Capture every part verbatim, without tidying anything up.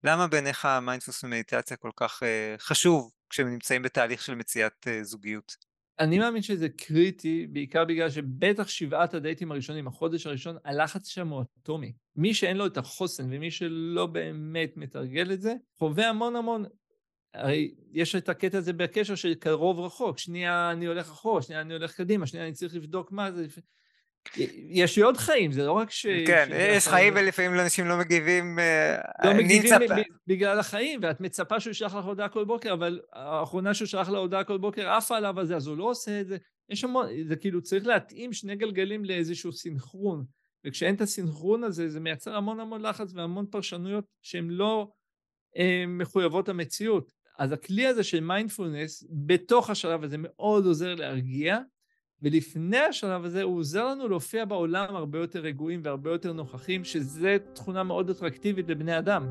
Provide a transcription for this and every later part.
למה בעיניך מיינדפולנס ומדיטציה כל כך אה, חשוב כשהם נמצאים בתהליך של מציאת אה, זוגיות? אני מאמין שזה קריטי, בעיקר בגלל שבטח שבעת הדייטים הראשונים, החודש הראשון, הלחץ שם הוא אטומי. מי שאין לו את החוסן ומי שלא באמת מתרגל את זה, חווה המון המון. הרי יש את הקטע הזה בקשר של קרוב רחוק, שנייה אני הולך אחורה, שנייה אני הולך קדימה, שנייה אני צריך לבדוק מה זה. יש לי עוד חיים, זה לא רק ש... כן, שזה יש חיים החיים. ולפעמים אנשים לא מגיבים, אה, לא אני מגיבים מצפה. ב- ב- בגלל החיים, ואת מצפה שהוא ישלח לך הודעה כל בוקר, אבל האחרונה שהוא שלח לה הודעה כל בוקר עפה עליו על זה, אז הוא לא עושה את זה. יש המון, זה כאילו צריך להתאים שני גלגלים לאיזשהו סינכרון, וכשאין את הסינכרון הזה, זה מייצר המון המון לחץ והמון פרשנויות שהן לא אה, מחויבות המציאות. אז הכלי הזה של מיינדפולנס, בתוך השלב הזה מאוד עוזר להרגיע, ולפני השלב הזה הוא עוזר לנו להופיע בעולם הרבה יותר רגועים והרבה יותר נוכחים, שזה תכונה מאוד אטרקטיבית לבני אדם.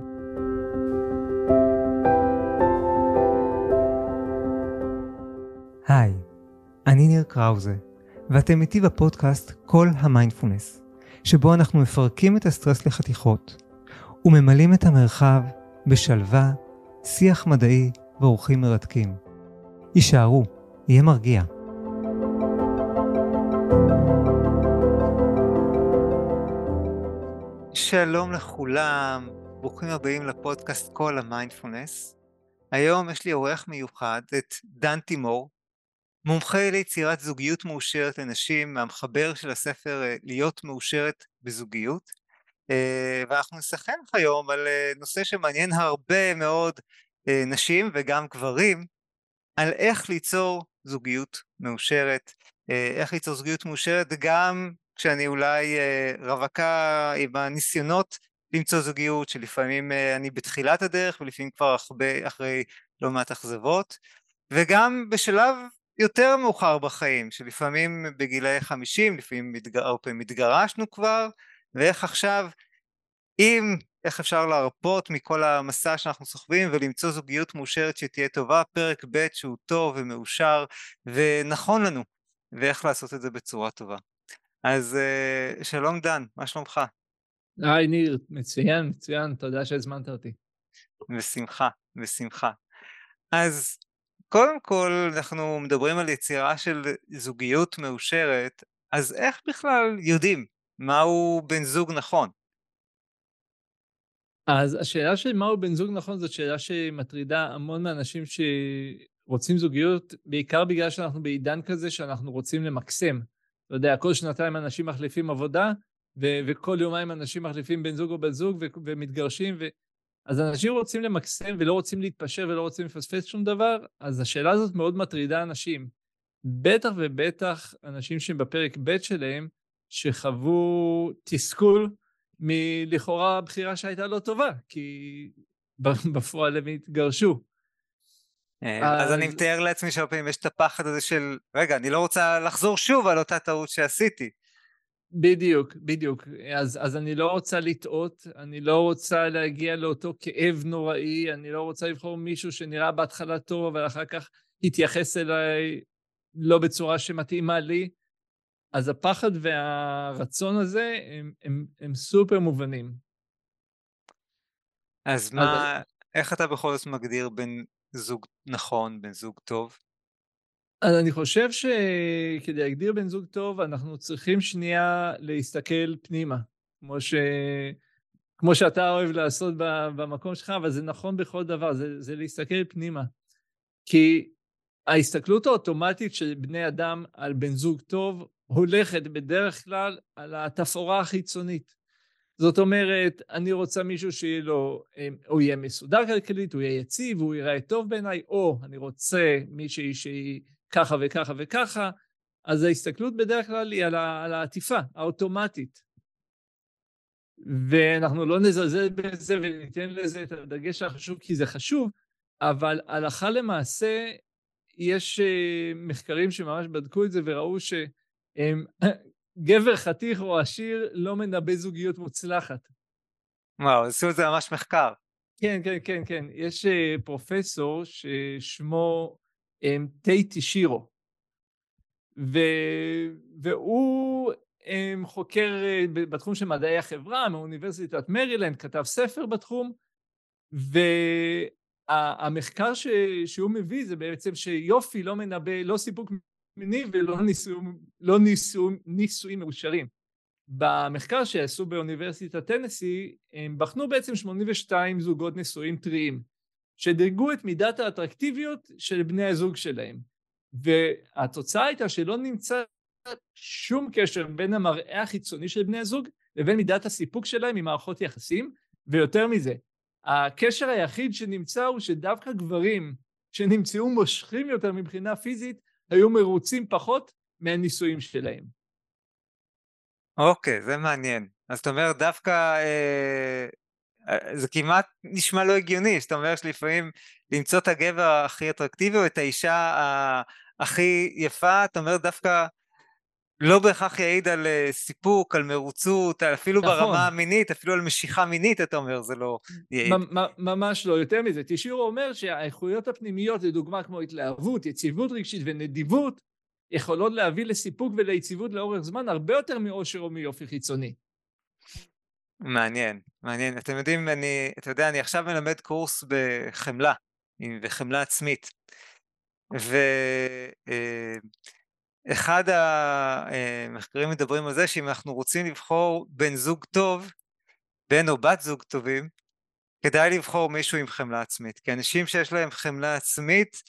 היי, אני ניר קראוזה, ואתם איתי בפודקאסט כל המיינדפולנס, שבו אנחנו מפרקים את הסטרס לחתיכות, וממלאים את המרחב בשלווה, שיח מדעי ואורחים מרתקים. יישארו, יהיה מרגיע. שלום לכולם, ברוכים הבאים לפודקאסט כל המיינדפולנס. היום יש לי אורח מיוחד, את דן תימור, מומחה ליצירת זוגיות מאושרת לנשים, מהמחבר של הספר אה, להיות מאושרת בזוגיות. אה, ואנחנו נשחק היום על אה, נושא שמעניין הרבה מאוד אה, נשים וגם גברים, על איך ליצור זוגיות מאושרת, אה, איך ליצור זוגיות מאושרת גם כשאני אולי אה, רווקה עם הניסיונות למצוא זוגיות, שלפעמים אה, אני בתחילת הדרך ולפעמים כבר אחרי, אחרי לא מעט אכזבות, וגם בשלב יותר מאוחר בחיים, שלפעמים בגילי חמישים, לפעמים מתגר, מתגרשנו כבר, ואיך עכשיו, אם איך אפשר להרפות מכל המסע שאנחנו סוחבים ולמצוא זוגיות מאושרת שתהיה טובה, פרק ב' שהוא טוב ומאושר ונכון לנו, ואיך לעשות את זה בצורה טובה. אז uh, שלום דן, מה שלומך? היי ניר, מצוין, מצוין, תודה שהזמנת אותי. בשמחה, בשמחה. אז קודם כל אנחנו מדברים על יצירה של זוגיות מאושרת, אז איך בכלל יודעים מהו בן זוג נכון? אז השאלה של מהו בן זוג נכון זאת שאלה שמטרידה המון מהאנשים שרוצים זוגיות, בעיקר בגלל שאנחנו בעידן כזה שאנחנו רוצים למקסם. אתה יודע, כל שנתיים אנשים מחליפים עבודה, ו- וכל יומיים אנשים מחליפים בן זוג או בת זוג ו- ומתגרשים, ו- אז אנשים רוצים למקסם ולא רוצים להתפשר ולא רוצים לפספס שום דבר, אז השאלה הזאת מאוד מטרידה אנשים. בטח ובטח אנשים שהם בפרק ב' שלהם, שחוו תסכול מלכאורה הבחירה שהייתה לא טובה, כי בפועל הם התגרשו. אה, אז אני אז מתאר לעצמי שהרבה פעמים יש את הפחד הזה של, רגע, אני לא רוצה לחזור שוב על אותה טעות שעשיתי. בדיוק, בדיוק. אז, אז אני לא רוצה לטעות, אני לא רוצה להגיע לאותו כאב נוראי, אני לא רוצה לבחור מישהו שנראה בהתחלה טוב, אבל אחר כך יתייחס אליי לא בצורה שמתאימה לי. אז הפחד והרצון הזה הם, הם, הם סופר מובנים. אז אז מה, איך אתה בכל זאת מגדיר בין זוג נכון, בין זוג טוב? אז אני חושב שכדי להגדיר בן זוג טוב, אנחנו צריכים שנייה להסתכל פנימה, כמו ש... כמו שאתה אוהב לעשות במקום שלך, אבל זה נכון בכל דבר, זה, זה להסתכל פנימה. כי ההסתכלות האוטומטית של בני אדם על בן זוג טוב, הולכת בדרך כלל על התפאורה החיצונית. זאת אומרת, אני רוצה מישהו שיהיה לו, הוא יהיה מסודר כלכלית, הוא יהיה יציב, הוא יראה טוב בעיניי, או אני רוצה מישהי שהיא ככה וככה וככה, אז ההסתכלות בדרך כלל היא על, ה, על העטיפה האוטומטית. ואנחנו לא נזלזל בזה וניתן לזה את הדגש החשוב, כי זה חשוב, אבל הלכה למעשה, יש מחקרים שממש בדקו את זה וראו שגבר חתיך או עשיר לא מנבא זוגיות מוצלחת. וואו, עשו את זה ממש מחקר. כן, כן, כן, כן. יש פרופסור ששמו טייטי שירו, ו... והוא חוקר בתחום של מדעי החברה מאוניברסיטת מרילנד, כתב ספר בתחום, והמחקר ש... שהוא מביא זה בעצם שיופי לא מנבא לא סיפוק מיני ולא ניסויים, לא ניסויים, ניסויים מאושרים. במחקר שעשו באוניברסיטת טנסי, הם בחנו בעצם שמונים ושתיים זוגות נישואים טריים, שדירגו את מידת האטרקטיביות של בני הזוג שלהם. והתוצאה הייתה שלא נמצא שום קשר בין המראה החיצוני של בני הזוג לבין מידת הסיפוק שלהם עם מערכות יחסים, ויותר מזה, הקשר היחיד שנמצא הוא שדווקא גברים שנמצאו מושכים יותר מבחינה פיזית, היו מרוצים פחות מהנישואים שלהם. אוקיי, זה מעניין. אז אתה אומר דווקא, אה, זה כמעט נשמע לא הגיוני, שאתה אומר שלפעמים למצוא את הגבר הכי אטרקטיבי או את האישה הכי יפה, אתה אומר דווקא לא בהכרח יעיד על סיפוק, על מרוצות, אפילו נכון. ברמה המינית, אפילו על משיכה מינית, אתה אומר, זה לא יעיד. ממש לא, יותר מזה. תשירו אומר שהאיכויות הפנימיות, לדוגמה כמו התלהבות, יציבות רגשית ונדיבות, יכולות להביא לסיפוק וליציבות לאורך זמן, הרבה יותר מאושר או מיופי חיצוני. מעניין, מעניין. אתם יודעים, אני, אתה יודע, אני עכשיו מלמד קורס בחמלה, בחמלה עצמית. ואחד המחקרים מדברים על זה, שאם אנחנו רוצים לבחור בן זוג טוב, בן או בת זוג טובים, כדאי לבחור מישהו עם חמלה עצמית. כי אנשים שיש להם חמלה עצמית,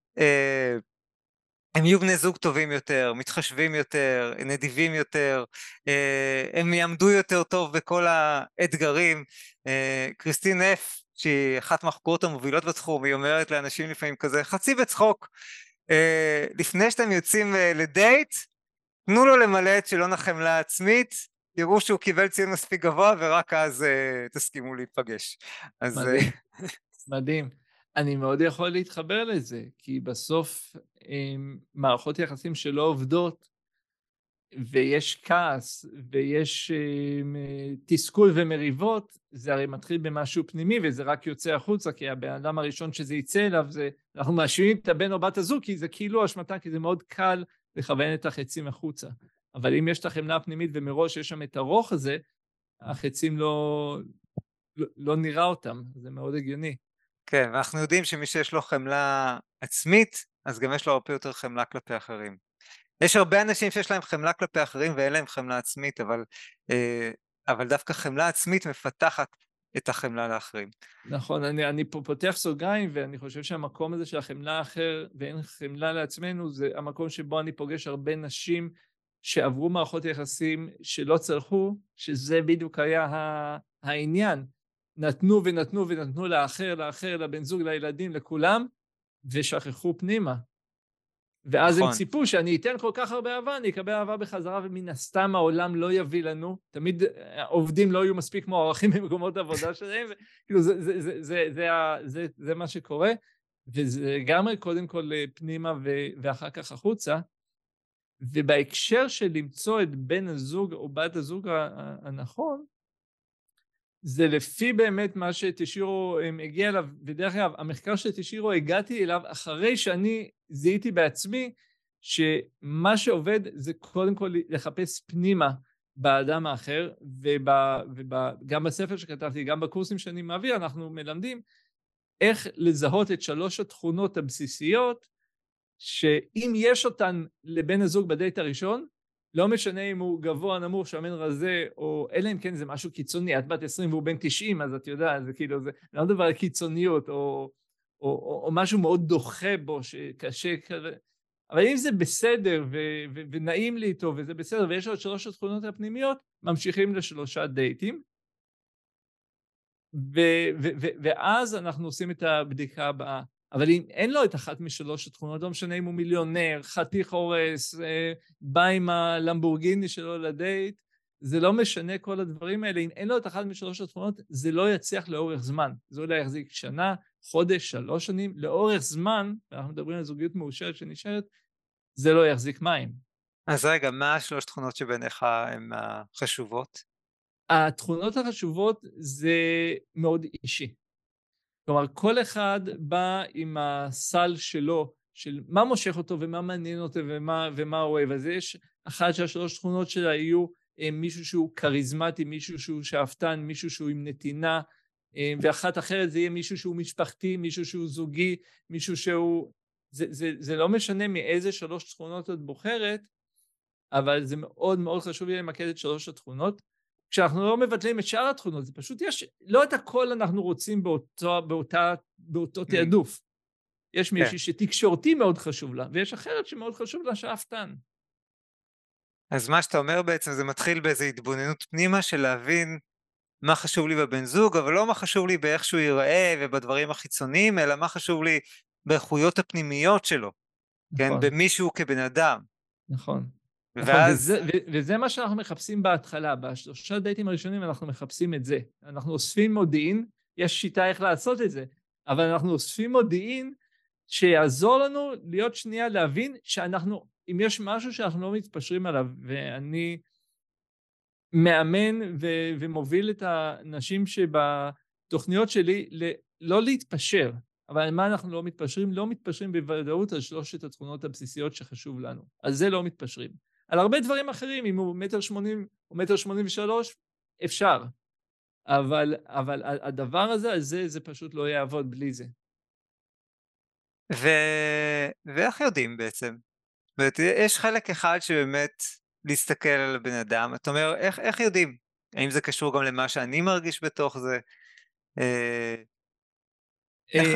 הם יהיו בני זוג טובים יותר, מתחשבים יותר, נדיבים יותר, הם יעמדו יותר טוב בכל האתגרים. קריסטין נף, שהיא אחת מהחוקרות המובילות בתחום, היא אומרת לאנשים לפעמים כזה, חצי בצחוק, לפני שאתם יוצאים לדייט, תנו לו למלא את שאלון החמלה עצמית, יראו שהוא קיבל ציון מספיק גבוה, ורק אז תסכימו להיפגש. מדהים, מדהים. אני מאוד יכול להתחבר לזה, כי בסוף מערכות יחסים שלא עובדות, ויש כעס, ויש תסכול ומריבות, זה הרי מתחיל במשהו פנימי, וזה רק יוצא החוצה, כי הבן אדם הראשון שזה יצא אליו, זה, אנחנו מאשימים את הבן או בת הזוג, כי זה כאילו השמטה, כי זה מאוד קל לכוון את החצים החוצה. אבל אם יש את החמלה הפנימית, ומראש יש שם את הרוח הזה, החצים לא, לא, לא נראה אותם, זה מאוד הגיוני. כן, ואנחנו יודעים שמי שיש לו חמלה עצמית, אז גם יש לו הרבה יותר חמלה כלפי אחרים. יש הרבה אנשים שיש להם חמלה כלפי אחרים ואין להם חמלה עצמית, אבל, אבל דווקא חמלה עצמית מפתחת את החמלה לאחרים. נכון, אני, אני פה פותח סוגריים, ואני חושב שהמקום הזה של החמלה האחר ואין חמלה לעצמנו, זה המקום שבו אני פוגש הרבה נשים שעברו מערכות יחסים שלא צלחו, שזה בדיוק היה העניין. נתנו ונתנו ונתנו לאחר, לאחר, לבן זוג, לילדים, לכולם, ושכחו פנימה. ואז נכון. הם ציפו שאני אתן כל כך הרבה אהבה, אני אקבל אהבה בחזרה, ומן הסתם העולם לא יביא לנו. תמיד העובדים לא יהיו מספיק מוערכים במקומות העבודה שלהם, וכאילו זה, זה, זה, זה, זה, זה, זה מה שקורה, וזה גם קודם כל פנימה ואחר כך החוצה, ובהקשר של למצוא את בן הזוג או בת הזוג הנכון, זה לפי באמת מה שתשירו הגיע אליו, ודרך אגב, המחקר שתשירו הגעתי אליו אחרי שאני זיהיתי בעצמי, שמה שעובד זה קודם כל לחפש פנימה באדם האחר, וגם בספר שכתבתי, גם בקורסים שאני מעביר, אנחנו מלמדים איך לזהות את שלוש התכונות הבסיסיות, שאם יש אותן לבן הזוג בדייט הראשון, לא משנה אם הוא גבוה, נמוך, שמן רזה, או אלא אם כן זה משהו קיצוני, את בת עשרים והוא בן תשעים, אז את יודעת, זה כאילו, זה לא דבר קיצוניות, או, או, או, או משהו מאוד דוחה בו, שקשה כזה. אבל אם זה בסדר, ו, ו, ונעים לי איתו, וזה בסדר, ויש עוד שלוש התכונות הפנימיות, ממשיכים לשלושה דייטים, ו, ו, ו, ואז אנחנו עושים את הבדיקה הבאה. אבל אם אין לו את אחת משלוש התכונות, לא משנה אם הוא מיליונר, חתיך הורס, בא עם הלמבורגיני שלו לדייט, זה לא משנה כל הדברים האלה. אם אין לו את אחת משלוש התכונות, זה לא יצליח לאורך זמן. זה אולי יחזיק שנה, חודש, שלוש שנים, לאורך זמן, אנחנו מדברים על זוגיות מאושרת שנשארת, זה לא יחזיק מים. אז רגע, מה השלוש תכונות שביניך הן החשובות? התכונות החשובות זה מאוד אישי. כלומר, כל אחד בא עם הסל שלו, של מה מושך אותו ומה מעניין אותו ומה, ומה אוהב. אז יש אחת שהשלוש תכונות שלה יהיו מישהו שהוא קריזמטי, מישהו שהוא שאפתן, מישהו שהוא עם נתינה, ואחת אחרת זה יהיה מישהו שהוא משפחתי, מישהו שהוא זוגי, מישהו שהוא... זה, זה, זה לא משנה מאיזה שלוש תכונות את בוחרת, אבל זה מאוד מאוד חשוב לי למקד את שלוש התכונות. כשאנחנו לא מבטלים את שאר התכונות, זה פשוט יש... לא את הכל אנחנו רוצים באותו, באותה, באותו תעדוף. יש מישהי שתקשורתי מאוד חשוב לה, ויש אחרת שמאוד חשוב לה שאפתן. אז מה שאתה אומר בעצם זה מתחיל באיזו התבוננות פנימה של להבין מה חשוב לי בבן זוג, אבל לא מה חשוב לי באיך שהוא ייראה ובדברים החיצוניים, אלא מה חשוב לי באיכויות הפנימיות שלו, נכון. כן? במישהו כבן אדם. נכון. ואז... נכון, וזה, ו- וזה מה שאנחנו מחפשים בהתחלה, בשלושה דייטים הראשונים אנחנו מחפשים את זה. אנחנו אוספים מודיעין, יש שיטה איך לעשות את זה, אבל אנחנו אוספים מודיעין שיעזור לנו להיות שנייה להבין שאנחנו, אם יש משהו שאנחנו לא מתפשרים עליו, ואני מאמן ו- ומוביל את האנשים שבתוכניות שלי ל- לא להתפשר, אבל מה אנחנו לא מתפשרים? לא מתפשרים בוודאות על שלושת התכונות הבסיסיות שחשוב לנו. על זה לא מתפשרים. על הרבה דברים אחרים, אם הוא מטר שמונים או מטר שמונים ושלוש, אפשר. אבל, אבל הדבר הזה, על זה, זה פשוט לא יעבוד בלי זה. ו... ואיך יודעים בעצם? זאת אומרת, יש חלק אחד שבאמת להסתכל על הבן אדם, אתה אומר, איך, איך יודעים? האם זה קשור גם למה שאני מרגיש בתוך זה? אה... איך...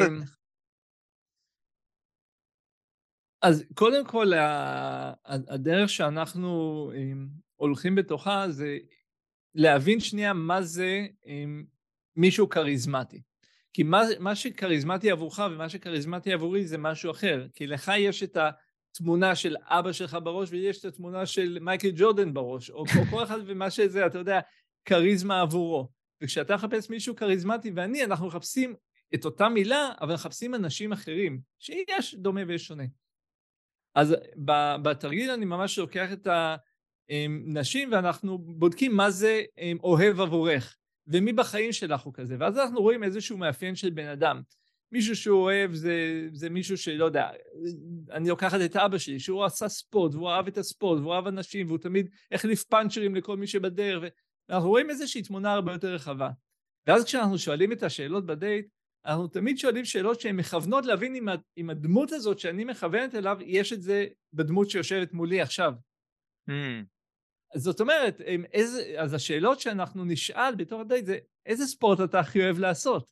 אז קודם כל, הדרך שאנחנו הולכים בתוכה זה להבין שנייה מה זה מישהו כריזמטי. כי מה, מה שקריזמטי עבורך ומה שקריזמטי עבורי זה משהו אחר. כי לך יש את התמונה של אבא שלך בראש ויש את התמונה של מייקל ג'ורדן בראש, או, או כל אחד ומה שזה, אתה יודע, כריזמה עבורו. וכשאתה מחפש מישהו כריזמטי ואני, אנחנו מחפשים את אותה מילה, אבל מחפשים אנשים אחרים, שיש דומה ויש שונה. אז בתרגיל אני ממש לוקח את הנשים ואנחנו בודקים מה זה אוהב עבורך, ומי בחיים שלך הוא כזה, ואז אנחנו רואים איזשהו מאפיין של בן אדם. מישהו שהוא אוהב זה, זה מישהו שלא יודע, אני לוקחת את אבא שלי, שהוא עשה ספורט, והוא אהב את הספורט, והוא אהב אנשים, והוא תמיד החליף פאנצ'רים לכל מי שבדרך, ואנחנו רואים איזושהי תמונה הרבה יותר רחבה. ואז כשאנחנו שואלים את השאלות בדייט, אנחנו תמיד שואלים שאלות שהן מכוונות להבין אם, אם הדמות הזאת שאני מכוונת אליו, יש את זה בדמות שיושבת מולי עכשיו. Mm. אז זאת אומרת, איזה, אז השאלות שאנחנו נשאל בתור הדייט זה, איזה ספורט אתה הכי אוהב לעשות?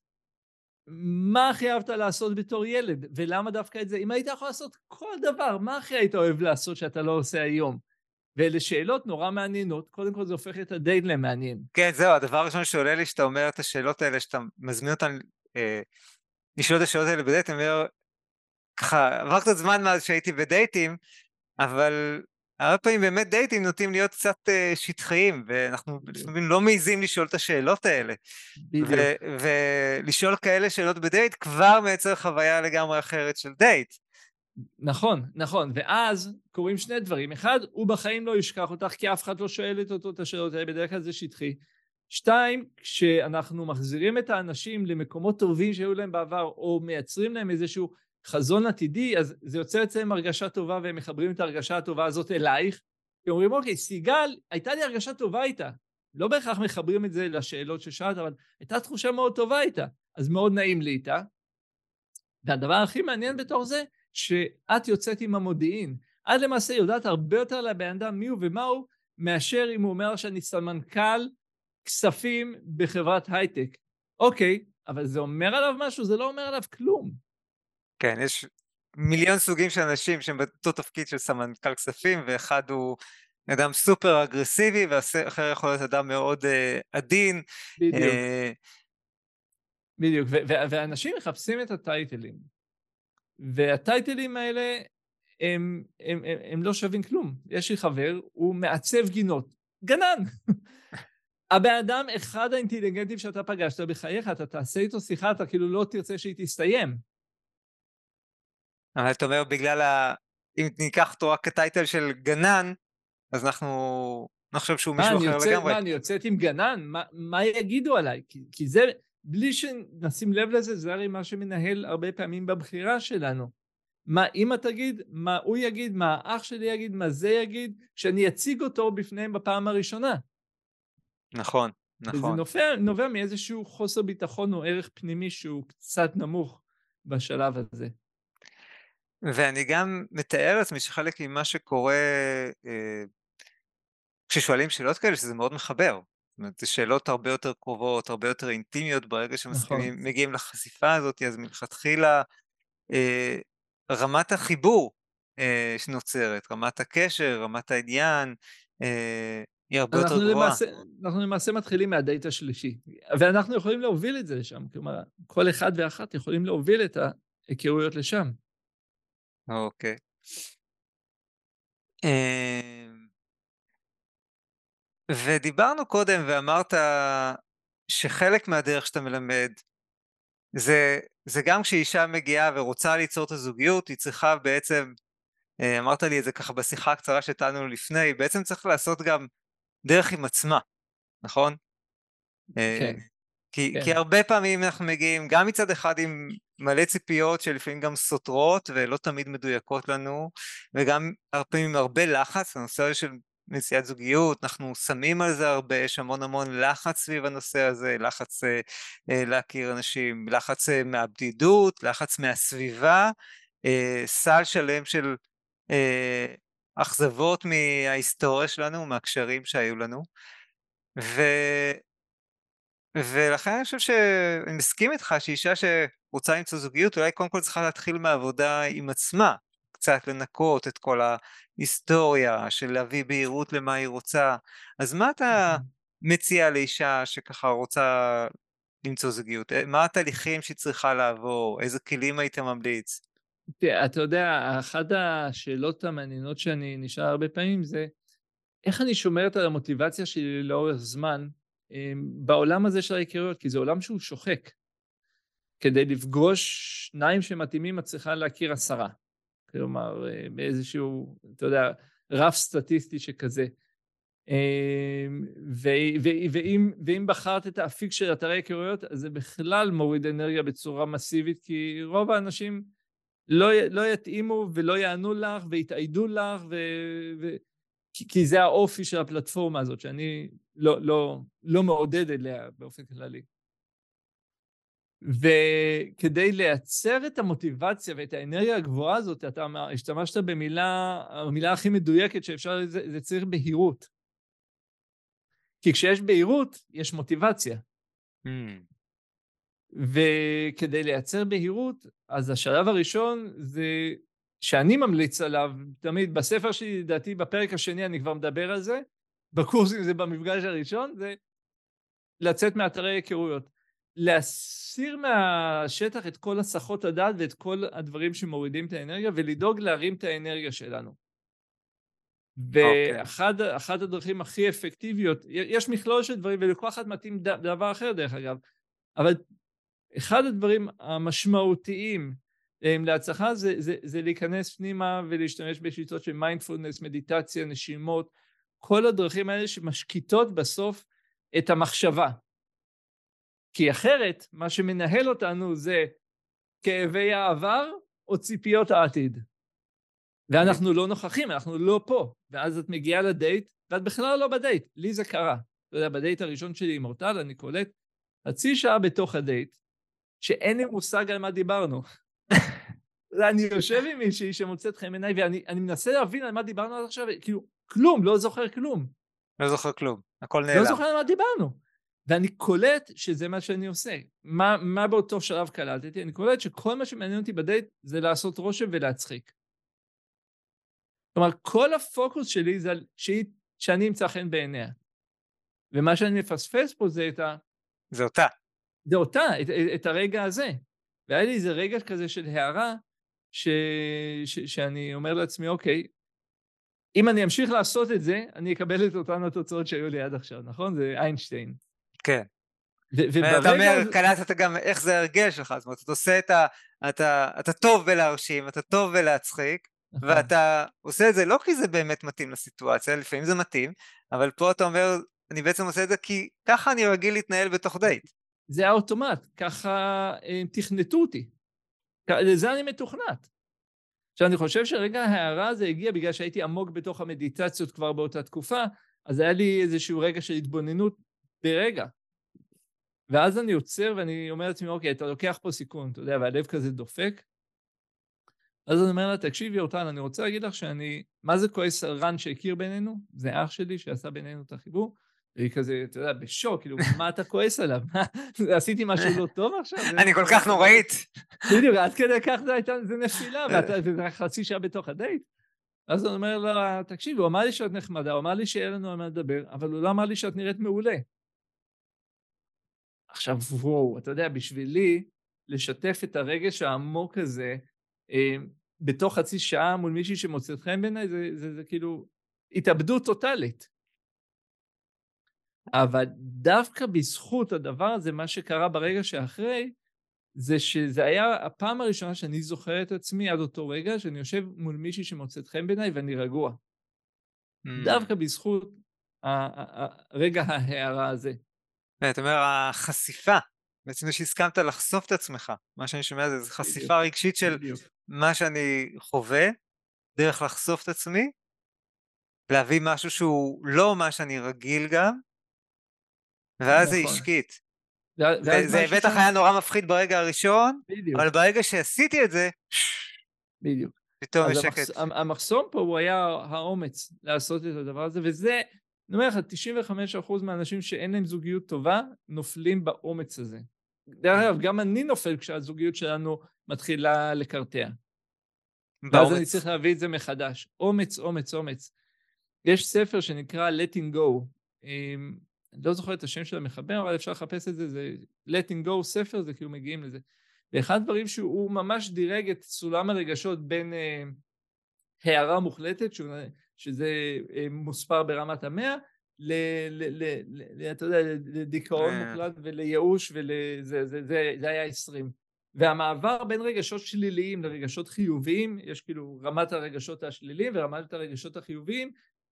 מה הכי אהבת לעשות בתור ילד? ולמה דווקא את זה? אם היית יכול לעשות כל דבר, מה הכי היית אוהב לעשות שאתה לא עושה היום? ואלה שאלות נורא מעניינות, קודם כל זה הופך את הדייט למעניין. כן, זהו, הדבר הראשון שעולה לי שאתה אומר את השאלות האלה, שאתה מזמין אותן, אה, לשאול את השאלות האלה בדייט, אני אומר, ככה, עבר קצת זמן מאז שהייתי בדייטים, אבל הרבה פעמים באמת דייטים נוטים להיות קצת אה, שטחיים, ואנחנו לפעמים לא מעיזים לשאול את השאלות האלה. ו- ולשאול כאלה שאלות בדייט כבר מייצר חוויה לגמרי אחרת של דייט. נכון, נכון, ואז קוראים שני דברים. אחד, הוא בחיים לא ישכח אותך, כי אף אחד לא שואלת אותו את השאלות האלה, בדרך כלל זה שטחי. שתיים, כשאנחנו מחזירים את האנשים למקומות טובים שהיו להם בעבר, או מייצרים להם איזשהו חזון עתידי, אז זה יוצר אצלם הרגשה טובה, והם מחברים את ההרגשה הטובה הזאת אלייך, כי אומרים, אוקיי, סיגל, הייתה לי הרגשה טובה איתה. לא בהכרח מחברים את זה לשאלות ששאלת, אבל הייתה תחושה מאוד טובה איתה, אז מאוד נעים לי איתה. והדבר הכי מעניין בתור זה, שאת יוצאת עם המודיעין. את למעשה יודעת הרבה יותר לבן אדם מי הוא ומה הוא, מאשר אם הוא אומר שאני סמנכ"ל כספים בחברת הייטק. אוקיי, אבל זה אומר עליו משהו, זה לא אומר עליו כלום. כן, יש מיליון סוגים של אנשים שהם באותו תפקיד של סמנכ"ל כספים, ואחד הוא אדם סופר אגרסיבי, ואחר יכול להיות אדם מאוד uh, עדין. בדיוק. Uh... בדיוק, ו- ו- ואנשים מחפשים את הטייטלים. והטייטלים האלה הם, הם, הם, הם לא שווים כלום. יש לי חבר, הוא מעצב גינות. גנן! הבן אדם אחד האינטליגנטים שאתה פגשת בחייך, אתה תעשה איתו שיחה, אתה כאילו לא תרצה שהיא תסתיים. אבל אתה אומר, בגלל ה... אם ניקח אותו רק כטייטל של גנן, אז אנחנו נחשוב שהוא מישהו אחר יוצא, לגמרי. מה, אני יוצאת עם גנן? מה, מה יגידו עליי? כי, כי זה, בלי שנשים לב לזה, זה הרי מה שמנהל הרבה פעמים בבחירה שלנו. מה אמא תגיד, מה הוא יגיד, מה האח שלי יגיד, מה זה יגיד, כשאני אציג אותו בפניהם בפעם הראשונה. נכון. נכון. וזה נובע, נובע מאיזשהו חוסר ביטחון או ערך פנימי שהוא קצת נמוך בשלב הזה. ואני גם מתאר לעצמי שחלק ממה שקורה אה, כששואלים שאלות כאלה, שזה מאוד מחבר. זאת אומרת, זה שאלות הרבה יותר קרובות, הרבה יותר אינטימיות, ברגע נכון. שמגיעים לחשיפה הזאת, אז מלכתחילה אה, רמת החיבור אה, שנוצרת, רמת הקשר, רמת העניין, אה, היא הרבה יותר אנחנו גבוהה. למעשה, אנחנו למעשה מתחילים מהדייט השלישי, ואנחנו יכולים להוביל את זה לשם, כלומר, כל אחד ואחת יכולים להוביל את ההיכרויות לשם. אוקיי. אה, ודיברנו קודם ואמרת שחלק מהדרך שאתה מלמד, זה, זה גם כשאישה מגיעה ורוצה ליצור את הזוגיות, היא צריכה בעצם, אמרת לי את זה ככה בשיחה הקצרה שתנו לפני, בעצם צריך לעשות גם דרך עם עצמה, נכון? כן. כי, כן. כי הרבה פעמים אנחנו מגיעים גם מצד אחד עם מלא ציפיות שלפעמים גם סותרות ולא תמיד מדויקות לנו, וגם הרבה פעמים עם הרבה לחץ, הנושא הזה של מציאת זוגיות, אנחנו שמים על זה הרבה, יש המון המון לחץ סביב הנושא הזה, לחץ אה, אה, להכיר אנשים, לחץ אה, מהבדידות, לחץ מהסביבה, אה, סל שלם של אה, אכזבות מההיסטוריה שלנו, מהקשרים שהיו לנו, ו... ולכן אני חושב שאני מסכים איתך שאישה שרוצה למצוא זוגיות, אולי קודם כל צריכה להתחיל מעבודה עם עצמה, קצת לנקות את כל ההיסטוריה של להביא בהירות למה היא רוצה. אז מה אתה מציע לאישה שככה רוצה למצוא זוגיות? מה התהליכים שהיא צריכה לעבור? איזה כלים היית ממליץ? תראה, אתה יודע, אחת השאלות המעניינות שאני נשאר הרבה פעמים זה, איך אני שומרת על המוטיבציה שלי לאורך זמן בעולם הזה של ההיכרויות, כי זה עולם שהוא שוחק. כדי לפגוש שניים שמתאימים, את צריכה להכיר עשרה. כלומר, באיזשהו, אתה יודע, רף סטטיסטי שכזה. ואם, ואם בחרת את האפיק של אתרי היכרויות, אז זה בכלל מוריד אנרגיה בצורה מסיבית, כי רוב האנשים לא, לא יתאימו ולא יענו לך ויתעידו לך, ו, ו, כי, כי זה האופי של הפלטפורמה הזאת, שאני לא, לא, לא מעודד אליה באופן כללי. וכדי לייצר את המוטיבציה ואת האנרגיה הגבוהה הזאת, אתה השתמשת במילה, המילה הכי מדויקת שאפשר, זה, זה צריך בהירות. כי כשיש בהירות, יש מוטיבציה. Mm. וכדי לייצר בהירות, אז השלב הראשון זה שאני ממליץ עליו, תמיד בספר שלי, לדעתי בפרק השני אני כבר מדבר על זה, בקורסים זה במפגש הראשון, זה לצאת מאתרי היכרויות. להסיר מהשטח את כל הסחות הדעת ואת כל הדברים שמורידים את האנרגיה, ולדאוג להרים את האנרגיה שלנו. ואחד אחת הדרכים הכי אפקטיביות, יש מכלול של דברים, ולכל אחד מתאים דבר אחר דרך אגב, אבל אחד הדברים המשמעותיים להצלחה זה, זה, זה להיכנס פנימה ולהשתמש בשיטות של מיינדפולנס, מדיטציה, נשימות, כל הדרכים האלה שמשקיטות בסוף את המחשבה. כי אחרת, מה שמנהל אותנו זה כאבי העבר או ציפיות העתיד. ואנחנו לא נוכחים, אנחנו לא פה. ואז את מגיעה לדייט, ואת בכלל לא בדייט. לי זה קרה. אתה יודע, בדייט הראשון שלי עם אורטל, אני קולט חצי שעה בתוך הדייט, שאין לי מושג על מה דיברנו. אני יושב עם מישהי שמוצאת חן בעיניי, ואני אני מנסה להבין על מה דיברנו עד עכשיו, כאילו, כלום, לא זוכר כלום. לא זוכר כלום, הכל נעלם. לא זוכר על מה דיברנו. ואני קולט שזה מה שאני עושה. מה, מה באותו שלב קלטתי? אני קולט שכל מה שמעניין אותי בדייט זה לעשות רושם ולהצחיק. כלומר, כל הפוקוס שלי זה שהיא, שאני אמצא חן בעיניה. ומה שאני מפספס פה זה את ה... זה אותה. זה אותה, את, את הרגע הזה. והיה לי איזה רגע כזה של הערה, ש, ש, שאני אומר לעצמי, אוקיי, אם אני אמשיך לעשות את זה, אני אקבל את אותן התוצאות שהיו לי עד עכשיו, נכון? זה איינשטיין. כן. וברגע... אתה אומר, קלטת גם איך זה הרגל שלך, זאת אומרת, אתה עושה את ה... אתה, אתה טוב בלהרשים, אתה טוב בלהצחיק, נכון. ואתה עושה את זה לא כי זה באמת מתאים לסיטואציה, לפעמים זה מתאים, אבל פה אתה אומר, אני בעצם עושה את זה כי ככה אני רגיל להתנהל בתוך דייט. זה האוטומט, ככה תכנתו אותי. לזה אני מתוכנת. עכשיו, אני חושב שרגע ההערה הזה הגיע בגלל שהייתי עמוק בתוך המדיטציות כבר באותה תקופה, אז היה לי איזשהו רגע של התבוננות ברגע. ואז אני עוצר ואני אומר לעצמי, אוקיי, אתה לוקח פה סיכון, אתה יודע, והלב כזה דופק. אז אני אומר לה, תקשיבי אורטל, אני רוצה להגיד לך שאני, מה זה כועס על רן שהכיר בינינו? זה אח שלי שעשה בינינו את החיבור. והיא כזה, אתה יודע, בשוק, כאילו, מה אתה כועס עליו? עשיתי משהו לא טוב עכשיו? אני כל כך נוראית. בדיוק, עד כדי כך זה הייתה, זה נפילה, וזה חצי שעה בתוך הדייט. אז אני אומר לה, תקשיב, הוא אמר לי שאת נחמדה, הוא אמר לי שיהיה לנו על מה לדבר, אבל הוא לא אמר לי שאת נראית מעולה. עכשיו, וואו, אתה יודע, בשבילי, לשתף את הרגש העמוק הזה, אה, בתוך חצי שעה מול מישהי שמוצאת חן בעיניי, זה, זה, זה כאילו התאבדות טוטלית. אבל דווקא בזכות הדבר הזה, מה שקרה ברגע שאחרי, זה שזה היה הפעם הראשונה שאני זוכר את עצמי עד אותו רגע, שאני יושב מול מישהי שמוצאת חן בעיניי ואני רגוע. Mm. דווקא בזכות הרגע ההערה הזה. אתה אומר, החשיפה, בעצם שהסכמת לחשוף את עצמך, מה שאני שומע זה, זה חשיפה רגשית של מה שאני חווה, דרך לחשוף את עצמי, להביא משהו שהוא לא מה שאני רגיל גם, ואז זה השקית. זה בטח היה נורא מפחיד ברגע הראשון, אבל ברגע שעשיתי את זה, בדיוק. פתאום השקט. המחסום פה הוא היה האומץ לעשות את הדבר הזה, וזה, אני אומר לך, תשעים וחמישה אחוז מהאנשים שאין להם זוגיות טובה, נופלים באומץ הזה. דרך אגב, גם אני נופל כשהזוגיות שלנו מתחילה לקרטע. ואז אני צריך להביא את זה מחדש. אומץ, אומץ, אומץ. יש ספר שנקרא Letting Go. אני לא זוכר את השם של המחבר, אבל אפשר לחפש את זה, זה Letting Go, ספר, זה כאילו מגיעים לזה. ואחד הדברים שהוא ממש דירג את סולם הרגשות בין אה, הערה מוחלטת, שהוא, שזה אה, מוספר ברמת המאה, ל, ל, ל, ל, ל, אתה יודע, לדיכאון מוחלט ולייאוש, וזה, זה, זה, זה היה עשרים. והמעבר בין רגשות שליליים לרגשות חיוביים, יש כאילו רמת הרגשות השליליים ורמת הרגשות החיוביים,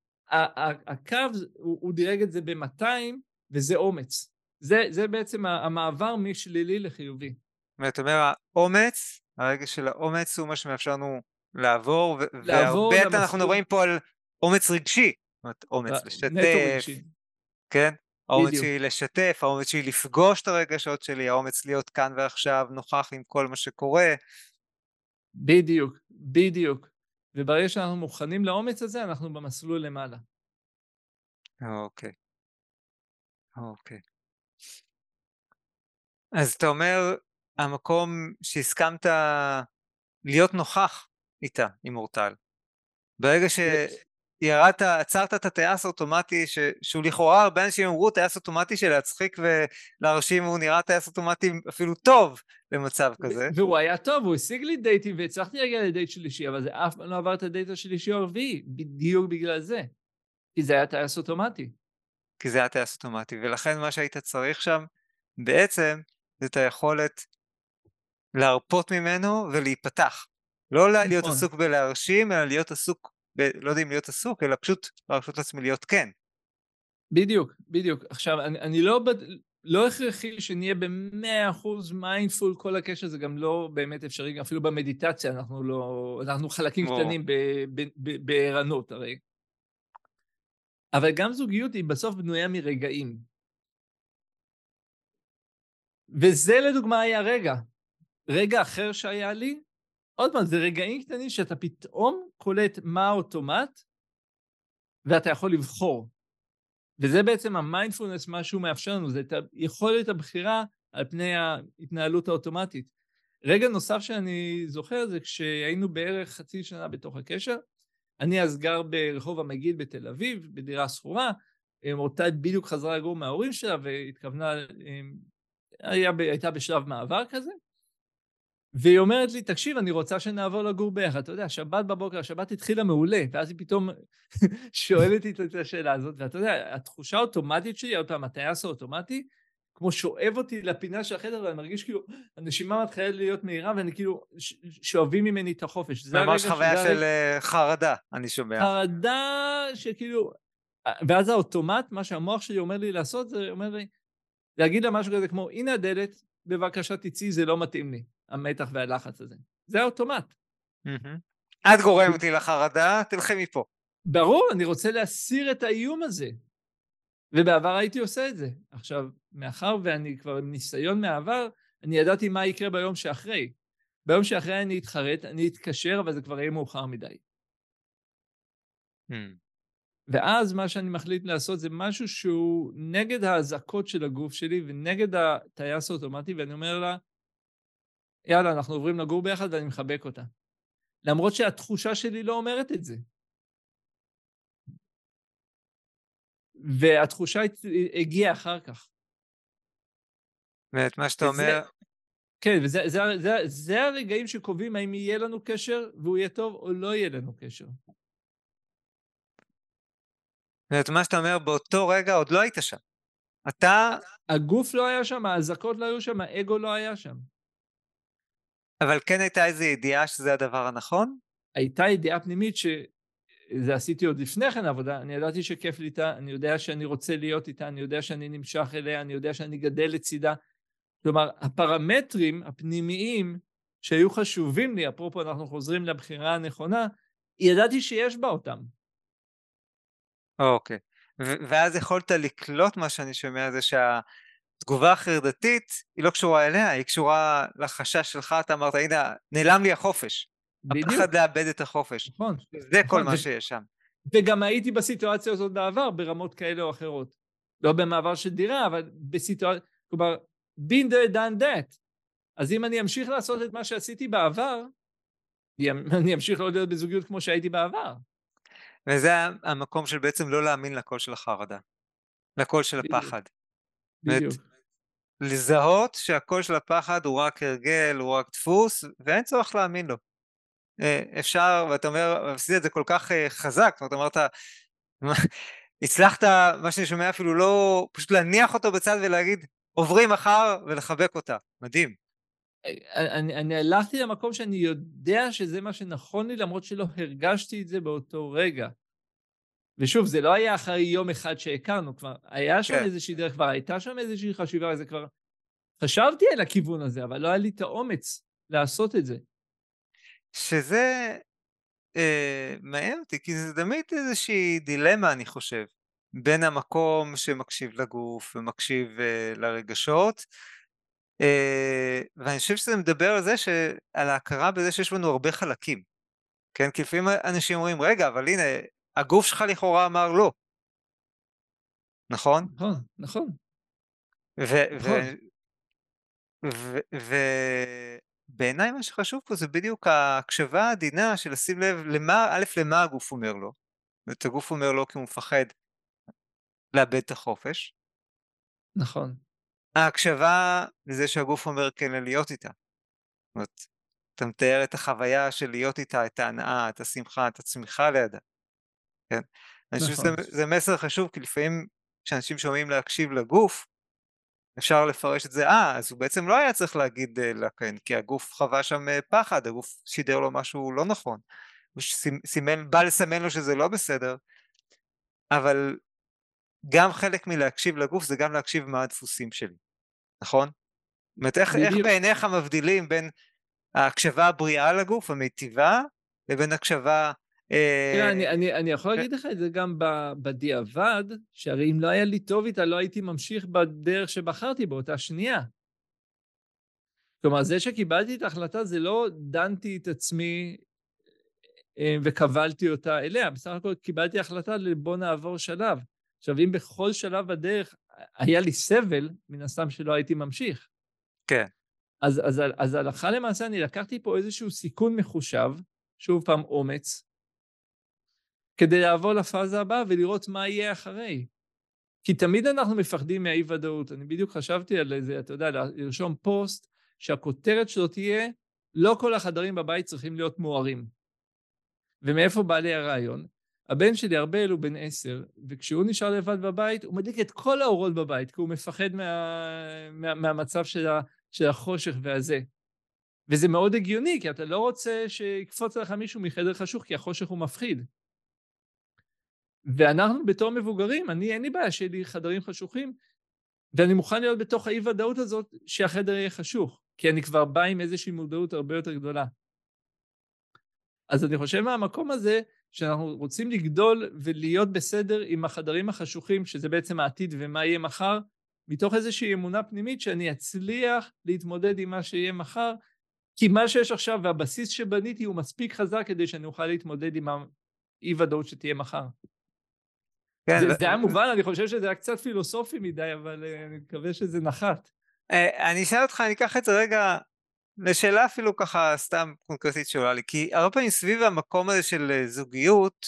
הקו הוא, הוא דירג את זה ב-מאתיים, וזה אומץ. זה, זה בעצם המעבר משלילי לחיובי. זאת אומרת, האומץ, הרגע של האומץ הוא מה שמאפשר לנו לעבור, לעבור והרבה למסלול. אנחנו מדברים פה על אומץ רגשי, זאת אומרת, אומץ לשתף, כן? האומץ שלי לשתף, האומץ שלי לפגוש את הרגשות שלי, האומץ להיות כאן ועכשיו, נוכח עם כל מה שקורה. בדיוק, בדיוק. וברגע שאנחנו מוכנים לאומץ הזה, אנחנו במסלול למעלה. אוקיי. אוקיי. אז אתה אומר, המקום שהסכמת להיות נוכח איתה, עם אורטל. ברגע שירדת, עצרת את הטייס האוטומטי, שהוא לכאורה הרבה אנשים אמרו, טייס אוטומטי של להצחיק ולהרשים, הוא נראה טייס אוטומטי אפילו טוב במצב כזה. והוא היה טוב, הוא השיג לי דייטים, והצלחתי להגיע לדייט שלישי, אבל זה אף פעם לא עבר את הדייט השלישי או הרביעי, בדיוק בגלל זה. כי זה היה טייס אוטומטי. כי זה היה טייס אוטומטי, ולכן מה שהיית צריך שם, בעצם, זה את היכולת להרפות ממנו ולהיפתח. לא נכון. להיות עסוק בלהרשים, אלא להיות עסוק, ב... לא יודע אם להיות עסוק, אלא פשוט להרשות לעצמי להיות כן. בדיוק, בדיוק. עכשיו, אני, אני לא, לא הכרחי שנהיה ב-מאה אחוז מיינדפול, כל הקשר זה גם לא באמת אפשרי, אפילו במדיטציה אנחנו לא, אנחנו חלקים או. קטנים בערנות הרי. אבל גם זוגיות היא בסוף בנויה מרגעים. וזה לדוגמה היה רגע. רגע אחר שהיה לי, עוד פעם, זה רגעים קטנים שאתה פתאום קולט מה האוטומט, ואתה יכול לבחור. וזה בעצם המיינדפולנס, מה שהוא מאפשר לנו, זה את יכולת הבחירה על פני ההתנהלות האוטומטית. רגע נוסף שאני זוכר זה כשהיינו בערך חצי שנה בתוך הקשר, אני אז גר ברחוב המגיד בתל אביב, בדירה סחורה, אותה בדיוק חזרה לגור מההורים שלה, והתכוונה, היה, הייתה בשלב מעבר כזה, והיא אומרת לי, תקשיב, אני רוצה שנעבור לגור ביחד. אתה יודע, שבת בבוקר, השבת התחילה מעולה, ואז היא פתאום שואלת את השאלה הזאת, ואתה יודע, התחושה האוטומטית שלי, עוד פעם, הטייס האוטומטי, כמו שואב אותי לפינה של החדר, ואני מרגיש כאילו, הנשימה מתחילה להיות מהירה, ואני כאילו, שואבים ממני את החופש. ממש חוויה של חרדה, אני שומע. חרדה שכאילו, ואז האוטומט, מה שהמוח שלי אומר לי לעשות, זה אומר לי, להגיד לה משהו כזה כמו, הנה הדלת, בבקשה תצאי, זה לא מתאים לי, המתח והלחץ הזה. זה האוטומט. את גורמת לי לחרדה, תלכי מפה. ברור, אני רוצה להסיר את האיום הזה. ובעבר הייתי עושה את זה. עכשיו, מאחר ואני כבר עם ניסיון מהעבר, אני ידעתי מה יקרה ביום שאחרי. ביום שאחרי אני אתחרט, אני אתקשר, אבל זה כבר יהיה מאוחר מדי. Hmm. ואז מה שאני מחליט לעשות זה משהו שהוא נגד האזעקות של הגוף שלי ונגד הטייס האוטומטי, ואני אומר לה, יאללה, אנחנו עוברים לגור ביחד ואני מחבק אותה. למרות שהתחושה שלי לא אומרת את זה. והתחושה הגיעה אחר כך. ואת מה שאתה וזה, אומר... כן, וזה זה, זה, זה הרגעים שקובעים האם יהיה לנו קשר והוא יהיה טוב או לא יהיה לנו קשר. ואת מה שאתה אומר, באותו רגע עוד לא היית שם. אתה... הגוף לא היה שם, האזעקות לא היו שם, האגו לא היה שם. אבל כן הייתה איזו ידיעה שזה הדבר הנכון? הייתה ידיעה פנימית שזה עשיתי עוד לפני כן עבודה, אני ידעתי שכיף לי איתה, אני יודע שאני רוצה להיות איתה, אני יודע שאני נמשך אליה, אני יודע שאני גדל לצידה. כלומר, הפרמטרים הפנימיים שהיו חשובים לי, אפרופו אנחנו חוזרים לבחירה הנכונה, ידעתי שיש בה אותם. אוקיי. ו- ואז יכולת לקלוט מה שאני שומע זה שהתגובה החרדתית היא לא קשורה אליה, היא קשורה לחשש שלך, אתה אמרת, הנה, נעלם לי החופש. בדיוק. הפחד לאבד את החופש. נכון. זה נכון. כל מה ו- שיש שם. וגם הייתי בסיטואציה הזאת בעבר, ברמות כאלה או אחרות. לא במעבר של דירה, אבל בסיטואציה, כלומר, been there, done that. אז אם אני אמשיך לעשות את מה שעשיתי בעבר, אני אמשיך לא להיות בזוגיות כמו שהייתי בעבר. וזה המקום של בעצם לא להאמין לקול של החרדה. לקול של הפחד. בדיוק. לזהות שהקול של הפחד הוא רק הרגל, הוא רק דפוס, ואין צורך להאמין לו. אפשר, ואתה אומר, עשית את זה כל כך חזק, ואתה אומרת, הצלחת, מה שאני שומע אפילו לא, פשוט להניח אותו בצד ולהגיד, עוברים מחר ולחבק אותה. מדהים. אני, אני הלכתי למקום שאני יודע שזה מה שנכון לי, למרות שלא הרגשתי את זה באותו רגע. ושוב, זה לא היה אחרי יום אחד שהכרנו, כבר היה שם כן. איזושהי דרך, כבר הייתה שם איזושהי חשיבה, זה כבר חשבתי על הכיוון הזה, אבל לא היה לי את האומץ לעשות את זה. שזה אה, מעניין אותי, כי זה תמיד איזושהי דילמה, אני חושב, בין המקום שמקשיב לגוף ומקשיב אה, לרגשות, אה, ואני חושב שזה מדבר על זה, על ההכרה בזה שיש לנו הרבה חלקים, כן? כי לפעמים אנשים אומרים, רגע, אבל הנה, הגוף שלך לכאורה אמר לא, נכון? נכון, נכון. ו- נכון. ו- ובעיניי מה שחשוב פה זה בדיוק ההקשבה העדינה של לשים לב למה, א', למה הגוף אומר לו, ואת הגוף אומר לו כי הוא מפחד לאבד את החופש. נכון. ההקשבה לזה שהגוף אומר כן להיות איתה. זאת אומרת, אתה מתאר את החוויה של להיות איתה, את ההנאה, את השמחה, את הצמיחה לידה. כן? אני חושב נכון. שזה מסר חשוב, כי לפעמים כשאנשים שומעים להקשיב לגוף, אפשר לפרש את זה, אה, אז הוא בעצם לא היה צריך להגיד לה כן, כי הגוף חווה שם פחד, הגוף שידר לו משהו לא נכון, הוא סימן, בא לסמן לו שזה לא בסדר, אבל גם חלק מלהקשיב לגוף זה גם להקשיב מה הדפוסים שלי, נכון? זאת אומרת, איך, איך בעיניך מבדילים בין ההקשבה הבריאה לגוף, המיטיבה, לבין הקשבה... תראה, אני, אני, אני יכול להגיד לך את זה גם בדיעבד, שהרי אם לא היה לי טוב איתה, לא הייתי ממשיך בדרך שבחרתי באותה שנייה. כלומר, זה שקיבלתי את ההחלטה, זה לא דנתי את עצמי וקבלתי אותה אליה. בסך הכל קיבלתי החלטה לבוא נעבור שלב. עכשיו, אם בכל שלב בדרך היה לי סבל, מן הסתם שלא הייתי ממשיך. כן. אז, אז, אז הלכה למעשה, אני לקחתי פה איזשהו סיכון מחושב, שוב פעם אומץ, כדי לעבור לפאזה הבאה ולראות מה יהיה אחרי. כי תמיד אנחנו מפחדים מהאי ודאות. אני בדיוק חשבתי על זה, אתה יודע, לרשום פוסט שהכותרת שלו תהיה, לא כל החדרים בבית צריכים להיות מוארים. ומאיפה בא לי הרעיון? הבן שלי ארבל הוא בן עשר, וכשהוא נשאר לבד בבית, הוא מדליק את כל האורות בבית, כי הוא מפחד מה, מה, מהמצב של, ה, של החושך והזה. וזה מאוד הגיוני, כי אתה לא רוצה שיקפוץ עליך מישהו מחדר חשוך, כי החושך הוא מפחיד. ואנחנו בתור מבוגרים, אני אין לי בעיה שיהיה לי חדרים חשוכים, ואני מוכן להיות בתוך האי ודאות הזאת שהחדר יהיה חשוך, כי אני כבר בא עם איזושהי מודעות הרבה יותר גדולה. אז אני חושב מהמקום הזה, שאנחנו רוצים לגדול ולהיות בסדר עם החדרים החשוכים, שזה בעצם העתיד ומה יהיה מחר, מתוך איזושהי אמונה פנימית שאני אצליח להתמודד עם מה שיהיה מחר, כי מה שיש עכשיו והבסיס שבניתי הוא מספיק חזק כדי שאני אוכל להתמודד עם האי ודאות שתהיה מחר. כן, זה, ו... זה היה מובן, אני חושב שזה היה קצת פילוסופי מדי, אבל uh, אני מקווה שזה נחת. אני אשאל אותך, אני אקח את זה רגע לשאלה אפילו ככה סתם קונקרטית שעולה לי, כי הרבה פעמים סביב המקום הזה של זוגיות,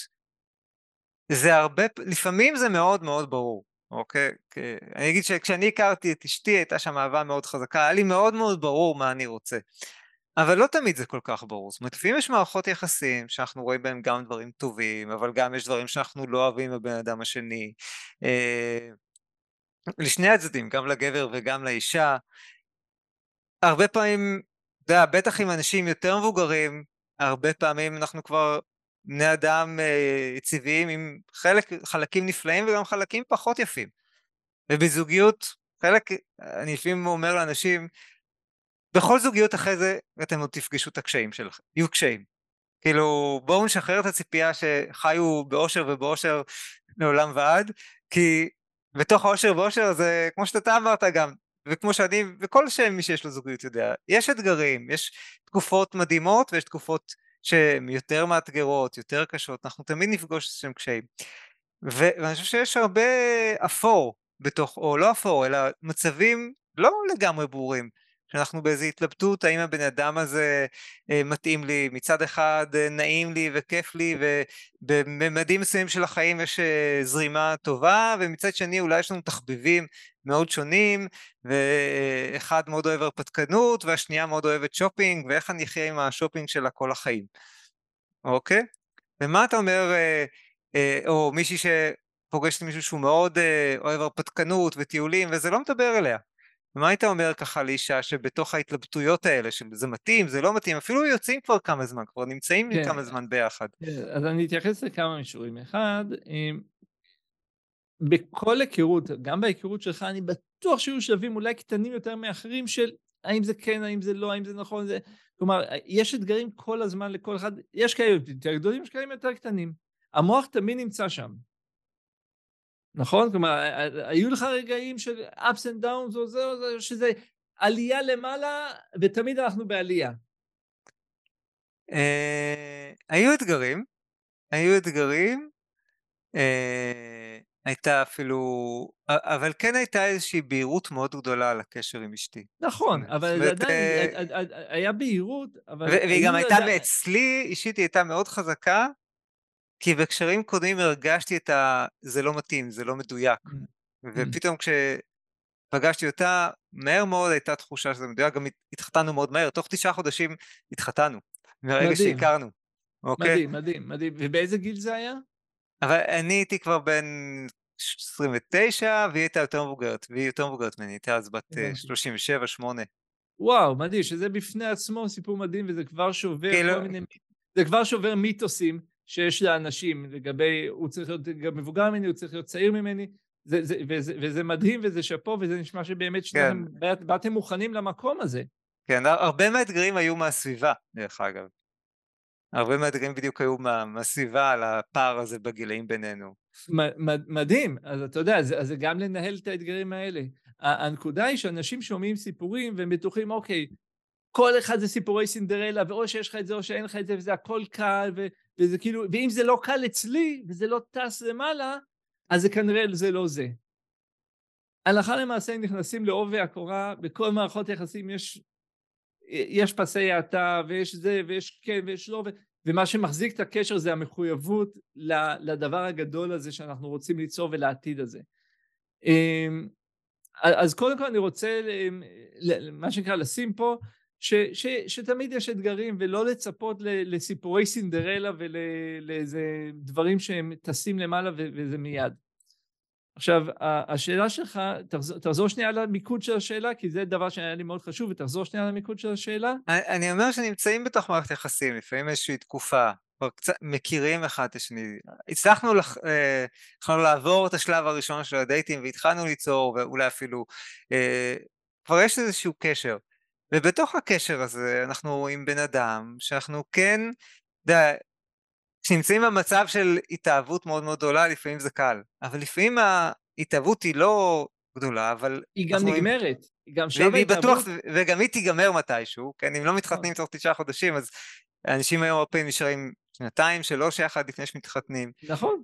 זה הרבה, לפעמים זה מאוד מאוד ברור, אוקיי? אני אגיד שכשאני הכרתי את אשתי, הייתה שם אהבה מאוד חזקה, היה לי מאוד מאוד ברור מה אני רוצה. אבל לא תמיד זה כל כך ברור, זאת אומרת, לפעמים יש מערכות יחסים שאנחנו רואים בהם גם דברים טובים, אבל גם יש דברים שאנחנו לא אוהבים בבן אדם השני, אה, לשני הצדדים, גם לגבר וגם לאישה. הרבה פעמים, אתה יודע, בטח עם אנשים יותר מבוגרים, הרבה פעמים אנחנו כבר בני אדם אה, יציבים עם חלק, חלקים נפלאים וגם חלקים פחות יפים. ובזוגיות, חלק, אני לפעמים אומר לאנשים, בכל זוגיות אחרי זה אתם עוד תפגשו את הקשיים שלכם, יהיו קשיים. כאילו בואו נשחרר את הציפייה שחיו באושר ובאושר לעולם ועד, כי בתוך האושר ובאושר זה כמו שאתה אמרת גם, וכמו שאני וכל שם מי שיש לו זוגיות יודע, יש אתגרים, יש תקופות מדהימות ויש תקופות שהן יותר מאתגרות, יותר קשות, אנחנו תמיד נפגוש שם קשיים. ו- ואני חושב שיש הרבה אפור בתוך, או לא אפור, אלא מצבים לא לגמרי ברורים, שאנחנו באיזו התלבטות, האם הבן אדם הזה אה, מתאים לי, מצד אחד אה, נעים לי וכיף לי, ובממדים מסוימים של החיים יש אה, זרימה טובה, ומצד שני אולי יש לנו תחביבים מאוד שונים, ואחד מאוד אוהב הרפתקנות, והשנייה מאוד אוהבת שופינג, ואיך אני אחיה עם השופינג שלה כל החיים. אוקיי? ומה אתה אומר, אה, אה, או מישהי שפוגשת מישהו שהוא מאוד אה, אוהב הרפתקנות וטיולים, וזה לא מדבר אליה. ומה היית אומר ככה לאישה שבתוך ההתלבטויות האלה, של זה מתאים, זה לא מתאים, אפילו יוצאים כבר כמה זמן, כבר נמצאים כן. כמה זמן ביחד. כן, אז אני אתייחס לכמה מישורים. אחד, בכל היכרות, גם בהיכרות שלך, אני בטוח שיהיו שלבים אולי קטנים יותר מאחרים של האם זה כן, האם זה לא, האם זה נכון, זה... כלומר, יש אתגרים כל הזמן לכל אחד, יש כאלה יותר גדולים, יש כאלה יותר קטנים. המוח תמיד נמצא שם. נכון? כלומר, היו לך רגעים של ups and downs, או זה, או זה, שזה עלייה למעלה, ותמיד אנחנו בעלייה. אה, היו אתגרים, היו אתגרים, אה, הייתה אפילו, אבל כן הייתה איזושהי בהירות מאוד גדולה על הקשר עם אשתי. נכון, אבל זה עדיין, היה בהירות, אבל... והיא גם הייתה אצלי, אישית היא הייתה מאוד חזקה, כי בקשרים קודמים הרגשתי את ה... זה לא מתאים, זה לא מדויק. ופתאום כשפגשתי אותה, מהר מאוד הייתה תחושה שזה מדויק, גם התחתנו מאוד מהר, תוך תשעה חודשים התחתנו, מהרגע שהכרנו. מדהים, מדהים, מדהים. ובאיזה גיל זה היה? אבל אני הייתי כבר בן עשרים ותשע, והיא הייתה יותר מבוגרת, והיא יותר מבוגרת ממני, הייתה אז בת שלושים ושבע שמונה. וואו, מדהים, שזה בפני עצמו סיפור מדהים, וזה כבר שובר כל מיני... זה כבר שובר מיתוסים שיש לאנשים לגבי, הוא צריך להיות גם מבוגר ממני, הוא צריך להיות צעיר ממני, זה, זה, וזה, וזה מדהים וזה שפו, וזה נשמע שבאמת שניהם כן. באתם מוכנים למקום הזה. כן, הרבה מהאתגרים היו מהסביבה, דרך אגב. הרבה מהאתגרים בדיוק היו מה, מהסביבה על הפער הזה בגילאים בינינו. מדהים, אז אתה יודע, אז זה גם לנהל את האתגרים האלה. הנקודה היא שאנשים שומעים סיפורים והם בטוחים, אוקיי, כל אחד זה סיפורי סינדרלה, ואו שיש לך את זה או שאין לך את זה, וזה הכל קל, ו- וזה כאילו, ואם זה לא קל אצלי, וזה לא טס למעלה, אז זה כנראה זה לא זה. הלכה למעשה נכנסים לעובי הקורה, בכל מערכות יחסים יש, יש פסי האטה, ויש זה, ויש כן, ויש לא, ו- ומה שמחזיק את הקשר זה המחויבות לדבר הגדול הזה שאנחנו רוצים ליצור ולעתיד הזה. אז קודם כל אני רוצה, מה שנקרא, לשים פה, ש, ש, שתמיד יש אתגרים, ולא לצפות לסיפורי סינדרלה ולאיזה דברים שהם טסים למעלה וזה מיד. עכשיו, השאלה שלך, תחזור, תחזור שנייה למיקוד של השאלה, כי זה דבר שהיה לי מאוד חשוב, ותחזור שנייה למיקוד של השאלה. אני אומר שנמצאים בתוך מערכת יחסים, לפעמים איזושהי תקופה, כבר קצת מכירים אחד את השני, הצלחנו לח, אה, לעבור את השלב הראשון של הדייטים, והתחלנו ליצור, ואולי אפילו, אה, כבר יש איזשהו קשר, ובתוך הקשר הזה אנחנו עם בן אדם, שאנחנו כן, דה, כשנמצאים במצב של התאהבות מאוד מאוד גדולה, לפעמים זה קל, אבל לפעמים ההתאהבות היא לא גדולה, אבל... היא גם נגמרת, היא גם שם ההתאהבות... וגם היא תיגמר מתישהו, כן, אם לא מתחתנים תוך תשעה חודשים, אז אנשים היום הרבה פעמים נשארים שנתיים, שלוש יחד לפני שמתחתנים. נכון.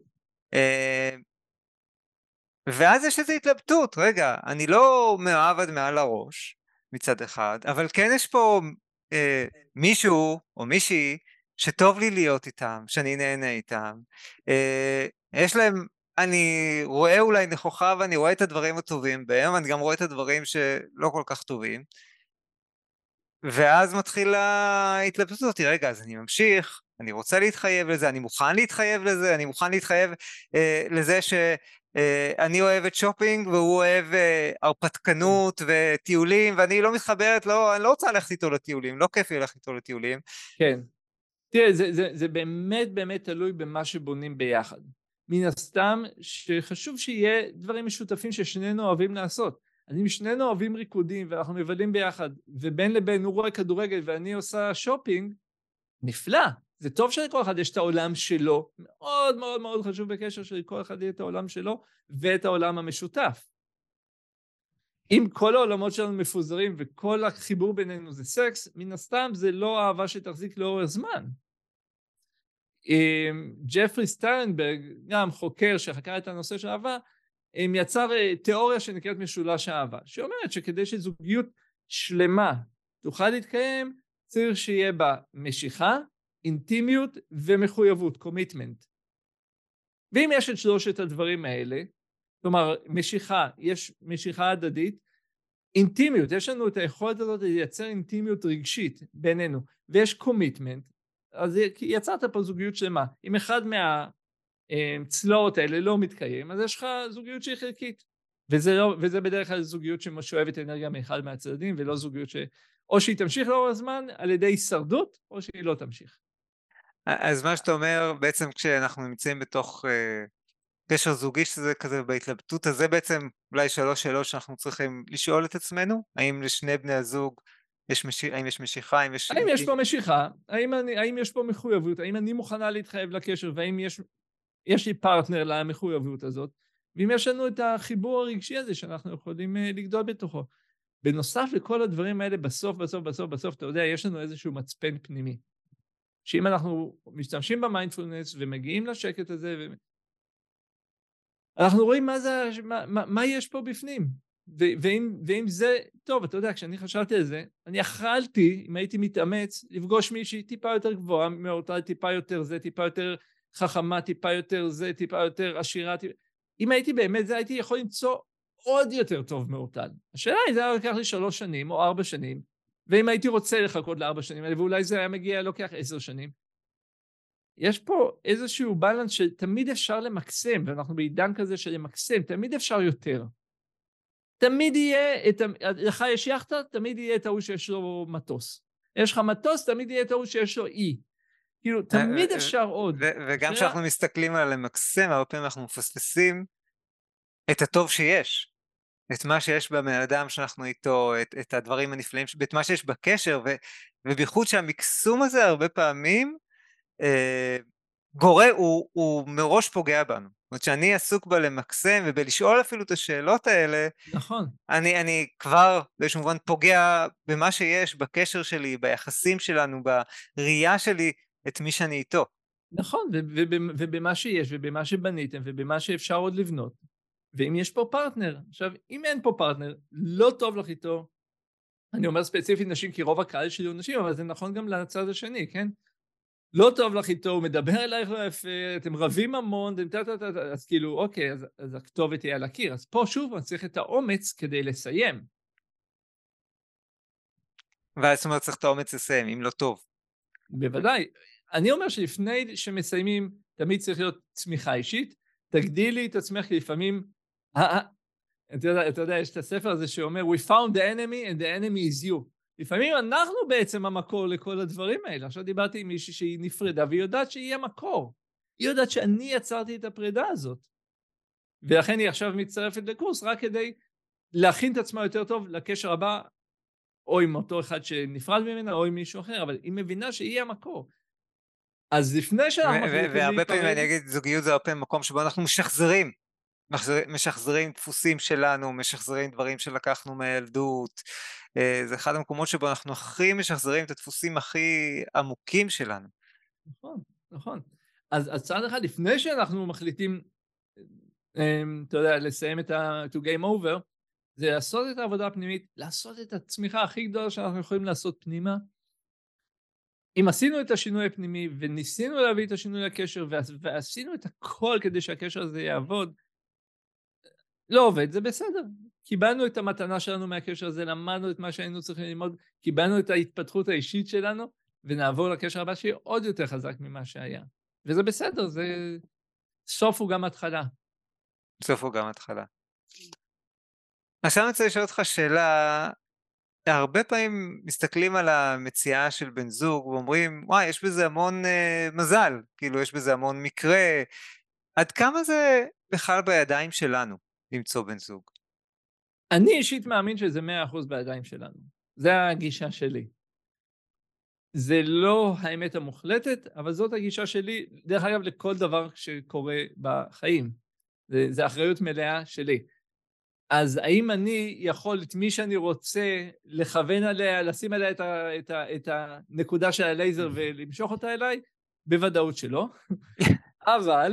ואז יש איזו התלבטות, רגע, אני לא מאוהב עד מעל הראש, מצד אחד, אבל כן יש פה אה, מישהו או מישהי שטוב לי להיות איתם, שאני נהנה איתם. אה, יש להם, אני רואה אולי נכוחה ואני רואה את הדברים הטובים בהם, אני גם רואה את הדברים שלא כל כך טובים. ואז מתחילה ההתלבטות אותי, רגע, אז אני ממשיך, אני רוצה להתחייב לזה, אני מוכן להתחייב לזה, אני מוכן להתחייב אה, לזה ש... אני אוהב את שופינג והוא אוהב הרפתקנות וטיולים, ואני לא מתחברת, לא, אני לא רוצה ללכת איתו לטיולים, לא כיף לי ללכת איתו לטיולים. כן, תראה, זה, זה, זה באמת באמת תלוי במה שבונים ביחד. מן הסתם שחשוב שיהיה דברים משותפים ששנינו אוהבים לעשות. אני משנינו אוהבים ריקודים ואנחנו מבלים ביחד, ובין לבין הוא רואה כדורגל ואני עושה שופינג, נפלא. זה טוב שלכל אחד יש את העולם שלו, מאוד מאוד מאוד חשוב בקשר שלכל אחד יהיה את העולם שלו, ואת העולם המשותף. אם כל העולמות שלנו מפוזרים, וכל החיבור בינינו זה סקס, מן הסתם זה לא אהבה שתחזיק לאורך זמן. ג'פרי סטרנברג, גם חוקר שחקר את הנושא של אהבה, יצר תיאוריה שנקראת משולש האהבה, שאומרת שכדי שזוגיות שלמה תוכל להתקיים, צריך שיהיה בה משיכה, אינטימיות ומחויבות, קומיטמנט. ואם יש את שלושת הדברים האלה, כלומר, משיכה, יש משיכה הדדית, אינטימיות, יש לנו את היכולת הזאת לייצר אינטימיות רגשית בינינו, ויש קומיטמנט, אז יצרת פה זוגיות שלמה. אם אחד מהצלעות האלה לא מתקיים, אז יש לך זוגיות שהיא חלקית. וזה, לא, וזה בדרך כלל זוגיות שמשואבת אנרגיה מאחד מהצדדים, ולא זוגיות ש... או שהיא תמשיך לאור הזמן על ידי הישרדות, או שהיא לא תמשיך. אז מה שאתה אומר, בעצם כשאנחנו נמצאים בתוך uh, קשר זוגי, שזה כזה בהתלבטות הזה, בעצם אולי שלוש שאלות שאנחנו צריכים לשאול את עצמנו, האם לשני בני הזוג, יש מש... האם יש משיכה, האם יש... האם יש פה משיכה, האם, אני, האם יש פה מחויבות, האם אני מוכנה להתחייב לקשר, והאם יש, יש לי פרטנר למחויבות הזאת, ואם יש לנו את החיבור הרגשי הזה שאנחנו יכולים uh, לגדול בתוכו. בנוסף לכל הדברים האלה, בסוף, בסוף, בסוף, בסוף, אתה יודע, יש לנו איזשהו מצפן פנימי. שאם אנחנו משתמשים במיינדפולנס ומגיעים לשקט הזה, ו... אנחנו רואים מה, זה, מה, מה, מה יש פה בפנים. ו, ואם, ואם זה, טוב, אתה יודע, כשאני חשבתי על זה, אני יכלתי, אם הייתי מתאמץ, לפגוש מישהי טיפה יותר גבוהה מאותה, טיפה יותר זה, טיפה יותר חכמה, טיפה יותר זה, טיפה יותר עשירה. טיפה... אם הייתי באמת זה, הייתי יכול למצוא עוד יותר טוב מאותן. השאלה היא, זה היה לקח לי שלוש שנים או ארבע שנים, ואם הייתי רוצה לחכות לארבע שנים האלה, ואולי זה היה מגיע לוקח עשר שנים. יש פה איזשהו בלנס שתמיד אפשר למקסם, ואנחנו בעידן כזה של למקסם, תמיד אפשר יותר. תמיד יהיה, את, לך יש יחטה, תמיד יהיה את ההוא שיש לו מטוס. יש לך מטוס, תמיד יהיה את ההוא שיש לו אי. כאילו, תמיד אפשר עוד. וגם כשאנחנו מסתכלים על למקסם, הרבה פעמים אנחנו מפספסים את הטוב שיש. את מה שיש בבן אדם שאנחנו איתו, את, את הדברים הנפלאים, את מה שיש בקשר, ו, ובייחוד שהמקסום הזה הרבה פעמים אה, גורם, הוא, הוא מראש פוגע בנו. זאת אומרת שאני עסוק בלמקסם ובלשאול אפילו את השאלות האלה, נכון. אני, אני כבר באיזשהו מובן פוגע במה שיש, בקשר שלי, ביחסים שלנו, בראייה שלי, את מי שאני איתו. נכון, ובמה שיש, ובמה שבניתם, ובמה שאפשר עוד לבנות. ואם יש פה פרטנר, עכשיו, אם אין פה פרטנר, לא טוב לך איתו, אני אומר ספציפית נשים, כי רוב הקהל שלי הוא נשים, אבל זה נכון גם לצד השני, כן? לא טוב לך איתו, הוא מדבר אלייך לא יפה, אתם רבים המון, אז כאילו, אוקיי, אז, אז הכתובת תהיה על הקיר. אז פה שוב, אני צריך את האומץ כדי לסיים. ואז זאת אומרת, צריך את האומץ לסיים, אם לא טוב. בוודאי. אני אומר שלפני שמסיימים, תמיד צריך להיות צמיחה אישית, תגדילי את עצמך, כי לפעמים, אתה יודע, אתה יודע, יש את הספר הזה שאומר, we found the enemy and the enemy is you. לפעמים אנחנו בעצם המקור לכל הדברים האלה. עכשיו דיברתי עם מישהי שהיא נפרדה, והיא יודעת שהיא המקור. היא יודעת שאני יצרתי את הפרידה הזאת. ולכן היא עכשיו מצטרפת לקורס, רק כדי להכין את עצמה יותר טוב לקשר הבא, או עם אותו אחד שנפרד ממנה, או עם מישהו אחר, אבל היא מבינה שהיא המקור. אז לפני שאנחנו מחליטים להיפרד... והרבה פעמים אני אגיד, זוגיות זה הרבה מקום שבו אנחנו משחזרים, משחזרים דפוסים שלנו, משחזרים דברים שלקחנו מהילדות, זה אחד המקומות שבו אנחנו הכי משחזרים את הדפוסים הכי עמוקים שלנו. נכון, נכון. אז, אז צעד אחד, לפני שאנחנו מחליטים, אתה יודע, לסיים את ה- to game over, זה לעשות את העבודה הפנימית, לעשות את הצמיחה הכי גדולה שאנחנו יכולים לעשות פנימה. אם עשינו את השינוי הפנימי וניסינו להביא את השינוי לקשר ועשינו את הכל כדי שהקשר הזה יעבוד, לא עובד, זה בסדר. קיבלנו את המתנה שלנו מהקשר הזה, למדנו את מה שהיינו צריכים ללמוד, קיבלנו את ההתפתחות האישית שלנו, ונעבור לקשר הבא שיהיה עוד יותר חזק ממה שהיה. וזה בסדר, זה סוף הוא גם התחלה. סוף הוא גם התחלה. עכשיו אני רוצה לשאול אותך שאלה, הרבה פעמים מסתכלים על המציאה של בן זוג ואומרים, וואי, יש בזה המון אה, מזל, כאילו יש בזה המון מקרה, עד כמה זה בכלל בידיים שלנו למצוא בן זוג? אני אישית מאמין שזה מאה אחוז בידיים שלנו. זה הגישה שלי. זה לא האמת המוחלטת, אבל זאת הגישה שלי, דרך אגב, לכל דבר שקורה בחיים. זה, זה אחריות מלאה שלי. אז האם אני יכול את מי שאני רוצה לכוון עליה, לשים עליה את, ה, את, ה, את הנקודה של הלייזר ולמשוך אותה אליי? בוודאות שלא. אבל,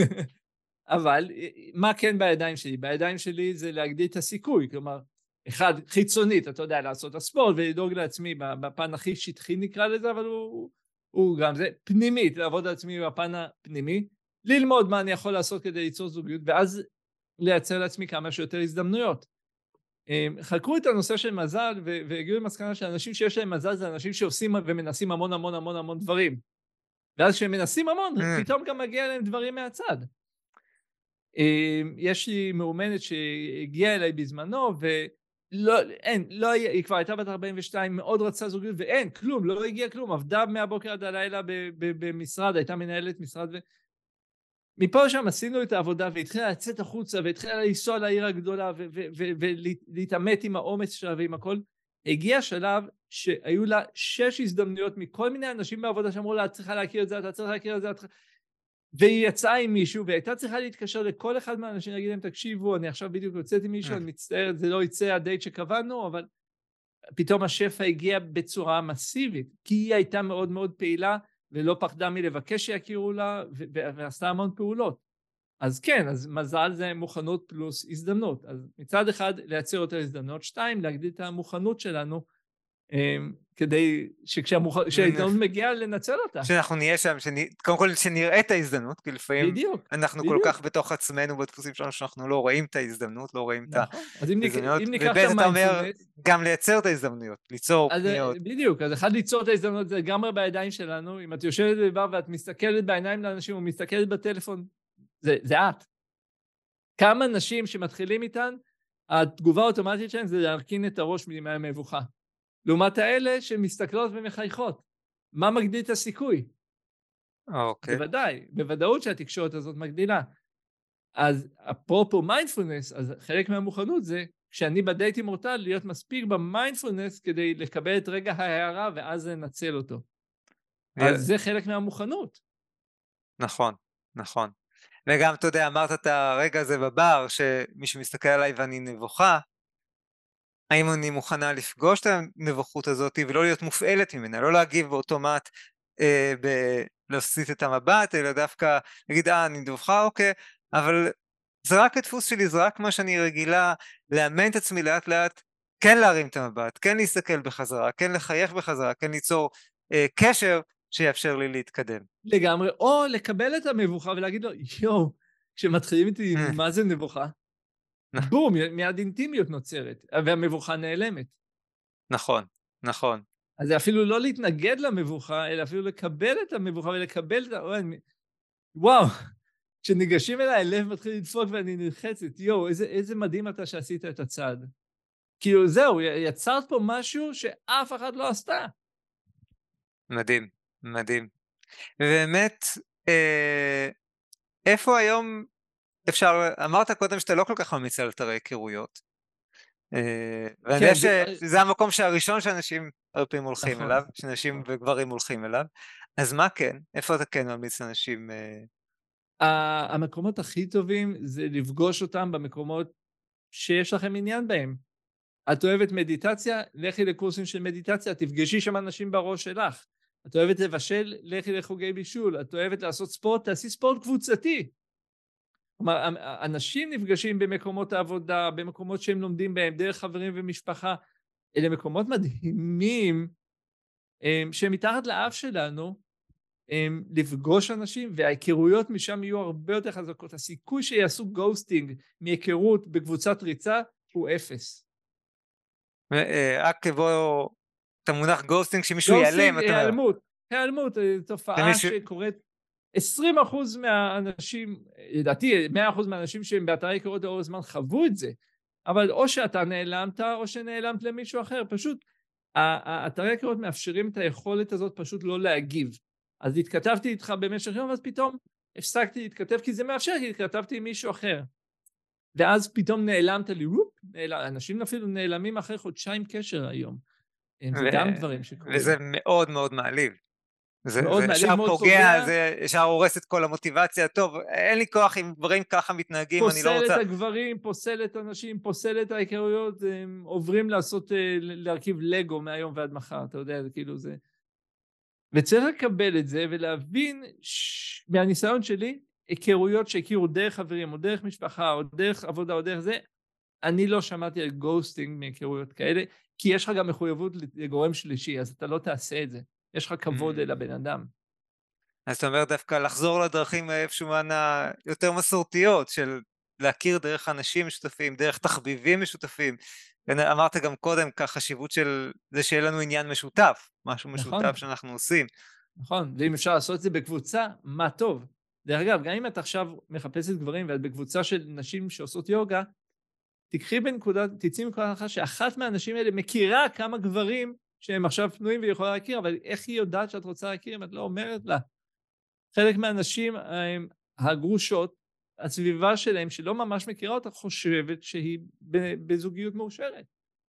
אבל, מה כן בידיים שלי? בידיים שלי זה להגדיל את הסיכוי, כלומר, אחד, חיצונית, אתה יודע, לעשות את הספורט ולדאוג לעצמי בפן הכי שטחי נקרא לזה, אבל הוא, הוא גם זה, פנימית, לעבוד על עצמי בפן הפנימי, ללמוד מה אני יכול לעשות כדי ליצור זוגיות, ואז לייצר לעצמי כמה שיותר הזדמנויות. חקרו את הנושא של מזל, והגיעו למסקנה שאנשים שיש להם מזל, זה אנשים שעושים ומנסים המון המון המון המון דברים. ואז כשהם מנסים המון, פתאום גם מגיע להם דברים מהצד. יש לי מאומנת שהגיעה אליי בזמנו, ולא, אין, לא, היא כבר הייתה בת ארבעים ושתיים, מאוד רצה זוגיות, ואין, כלום, לא הגיע כלום, עבדה מהבוקר עד הלילה במשרד, הייתה מנהלת משרד, ו... מפה שם עשינו את העבודה, והתחילה לצאת החוצה, והתחילה לנסוע לעיר הגדולה, ולהתאמת עם האומץ שלה ועם הכל. הגיע שלב שהיו לה שש הזדמנויות מכל מיני אנשים בעבודה שאמרו לה, את צריכה להכיר את זה, אתה צריך להכיר את זה, והיא יצאה עם מישהו, והייתה צריכה להתקשר לכל אחד מהאנשים, להגיד להם, תקשיבו, אני עכשיו בדיוק יוצאת עם מישהו, אני מצטער, זה לא יצא הדייט שקבענו, אבל פתאום השפע הגיע בצורה מסיבית, כי היא הייתה מאוד מאוד פעילה, ולא פחדה מלבקש שיכירו לה, ועשתה המון פעולות. אז כן, אז מזל זה מוכנות פלוס הזדמנות. אז מצד אחד, לייצר יותר הזדמנות, שתיים, להגדיל את המוכנות שלנו, כדי שכשההזדמנות מגיעה לנצל אותה. שאנחנו נהיה שם, קודם כל שנראה את ההזדמנות, כי לפעמים אנחנו כל כך בתוך עצמנו בדפוסים שלנו, שאנחנו לא רואים את ההזדמנות, לא רואים את ההזדמנויות, ובאיזה אתה אומר, גם לייצר את ההזדמנויות, ליצור פניות. בדיוק, אז אחד ליצור את ההזדמנות, זה לגמרי בידיים שלנו, אם את יושבת בבר ואת מסתכלת בעיניים לאנשים, או מסתכלת בטלפון, זה את. כמה אנשים שמתחילים איתן, התגובה האוטומטית שלהם זה להרכין את הראש מהמבוכה. לעומת האלה שמסתכלות ומחייכות. מה מגדיל את הסיכוי? אוקיי. בוודאי, בוודאות שהתקשורת הזאת מגדילה. אז אפרופו מיינדפולנס, אז חלק מהמוכנות זה, כשאני בדייט עם אורטל, להיות מספיק במיינדפולנס כדי לקבל את רגע ההערה ואז לנצל אותו. אז זה חלק מהמוכנות. נכון, נכון. וגם, אתה יודע, אמרת את הרגע הזה בבר, שמישהו מסתכל עליי ואני נבוכה, האם אני מוכנה לפגוש את הנבוכות הזאת ולא להיות מופעלת ממנה, לא להגיב באוטומט, אה, ב- להפסיט את המבט, אלא דווקא להגיד, אה, אני נבוכה, אוקיי, אבל זה רק הדפוס שלי, זה רק מה שאני רגילה, לאמן את עצמי לאט לאט, כן להרים את המבט, כן להסתכל בחזרה, כן לחייך בחזרה, כן ליצור אה, קשר שיאפשר לי להתקדם. לגמרי, או לקבל את המבוכה ולהגיד לו, יואו, כשמתחילים איתי, מה זה נבוכה? בום, מיד אינטימיות נוצרת, והמבוכה נעלמת. נכון, נכון. אז זה אפילו לא להתנגד למבוכה, אלא אפילו לקבל את המבוכה ולקבל את ה... וואו, כשניגשים אליי, הלב מתחיל לדפוק ואני נלחצת, יואו, איזה, איזה מדהים אתה שעשית את הצעד. כאילו זהו, יצרת פה משהו שאף אחד לא עשתה. מדהים, מדהים. ובאמת, אה, איפה היום אפשר, אמרת קודם שאתה לא כל כך ממליץ על אתרי היכרויות, ואני יודע שזה המקום שהראשון שאנשים הרבה פעמים הולכים נכון. אליו, שנשים וגברים הולכים אליו, אז מה כן? איפה אתה כן ממליץ לאנשים? ה- המקומות הכי טובים זה לפגוש אותם במקומות שיש לכם עניין בהם. את אוהבת מדיטציה? לכי לקורסים של מדיטציה, תפגשי שם אנשים בראש שלך. את אוהבת לבשל? לכי לחוגי בישול. את אוהבת לעשות ספורט? תעשי ספורט קבוצתי. כלומר, אנשים נפגשים במקומות העבודה, במקומות שהם לומדים בהם, דרך חברים ומשפחה. אלה מקומות מדהימים הם, שמתחת לאף שלנו, הם, לפגוש אנשים, וההיכרויות משם יהיו הרבה יותר חזקות. הסיכוי שיעשו גוסטינג מהיכרות בקבוצת ריצה הוא אפס. רק כבוא את המונח גוסטינג, שמישהו ייעלם, גוסטינג, אתה אומר. היעלמות. היעלמות, תופעה שמישהו... שקורית עשרים אחוז מהאנשים, לדעתי מאה אחוז מהאנשים שהם באתרי היכרות לאורך זמן חוו את זה, אבל או שאתה נעלמת או שנעלמת למישהו אחר. פשוט האתרי היכרות מאפשרים את היכולת הזאת פשוט לא להגיב. אז התכתבתי איתך במשך יום, אז פתאום הפסקתי להתכתב, כי זה מאפשר, כי התכתבתי עם מישהו אחר. ואז פתאום נעלמת לי, וופ, נעלם, אנשים אפילו נעלמים אחרי חודשיים קשר היום. זה גם דברים שקורים. וזה מאוד מאוד מעליב. זה, מאוד זה מעליב, ישר מאוד פוגע, פוגע. זה ישר הורס את כל המוטיבציה. טוב, אין לי כוח אם דברים ככה מתנהגים, אני לא פוסל רוצה... את הגברים, פוסל את הנשים, פוסל את ההיכרויות, הם עוברים לעשות, להרכיב לגו מהיום ועד מחר, אתה יודע, זה כאילו זה. וצריך לקבל את זה ולהבין ש... מהניסיון שלי, היכרויות שהכירו דרך חברים או דרך משפחה או דרך עבודה או דרך זה, אני לא שמעתי על גוסטינג מהיכרויות כאלה, כי יש לך גם מחויבות לגורם שלישי, אז אתה לא תעשה את זה. יש לך כבוד אל הבן אדם. אז אתה אומר דווקא לחזור לדרכים איפשהו מהנה יותר מסורתיות, של להכיר דרך אנשים משותפים, דרך תחביבים משותפים. אמרת גם קודם כחשיבות של זה שיהיה לנו עניין משותף, משהו משותף נכון. שאנחנו עושים. נכון, ואם אפשר לעשות את זה בקבוצה, מה טוב. דרך אגב, גם אם את עכשיו מחפשת גברים ואת בקבוצה של נשים שעושות יוגה, תקחי בנקודה, תצאי מנקודה אחת שאחת מהאנשים האלה מכירה כמה גברים שהם עכשיו פנויים ויכולה להכיר, אבל איך היא יודעת שאת רוצה להכיר אם את לא אומרת לה? חלק מהאנשים הגרושות, הסביבה שלהם שלא ממש מכירה אותה, חושבת שהיא בזוגיות מאושרת.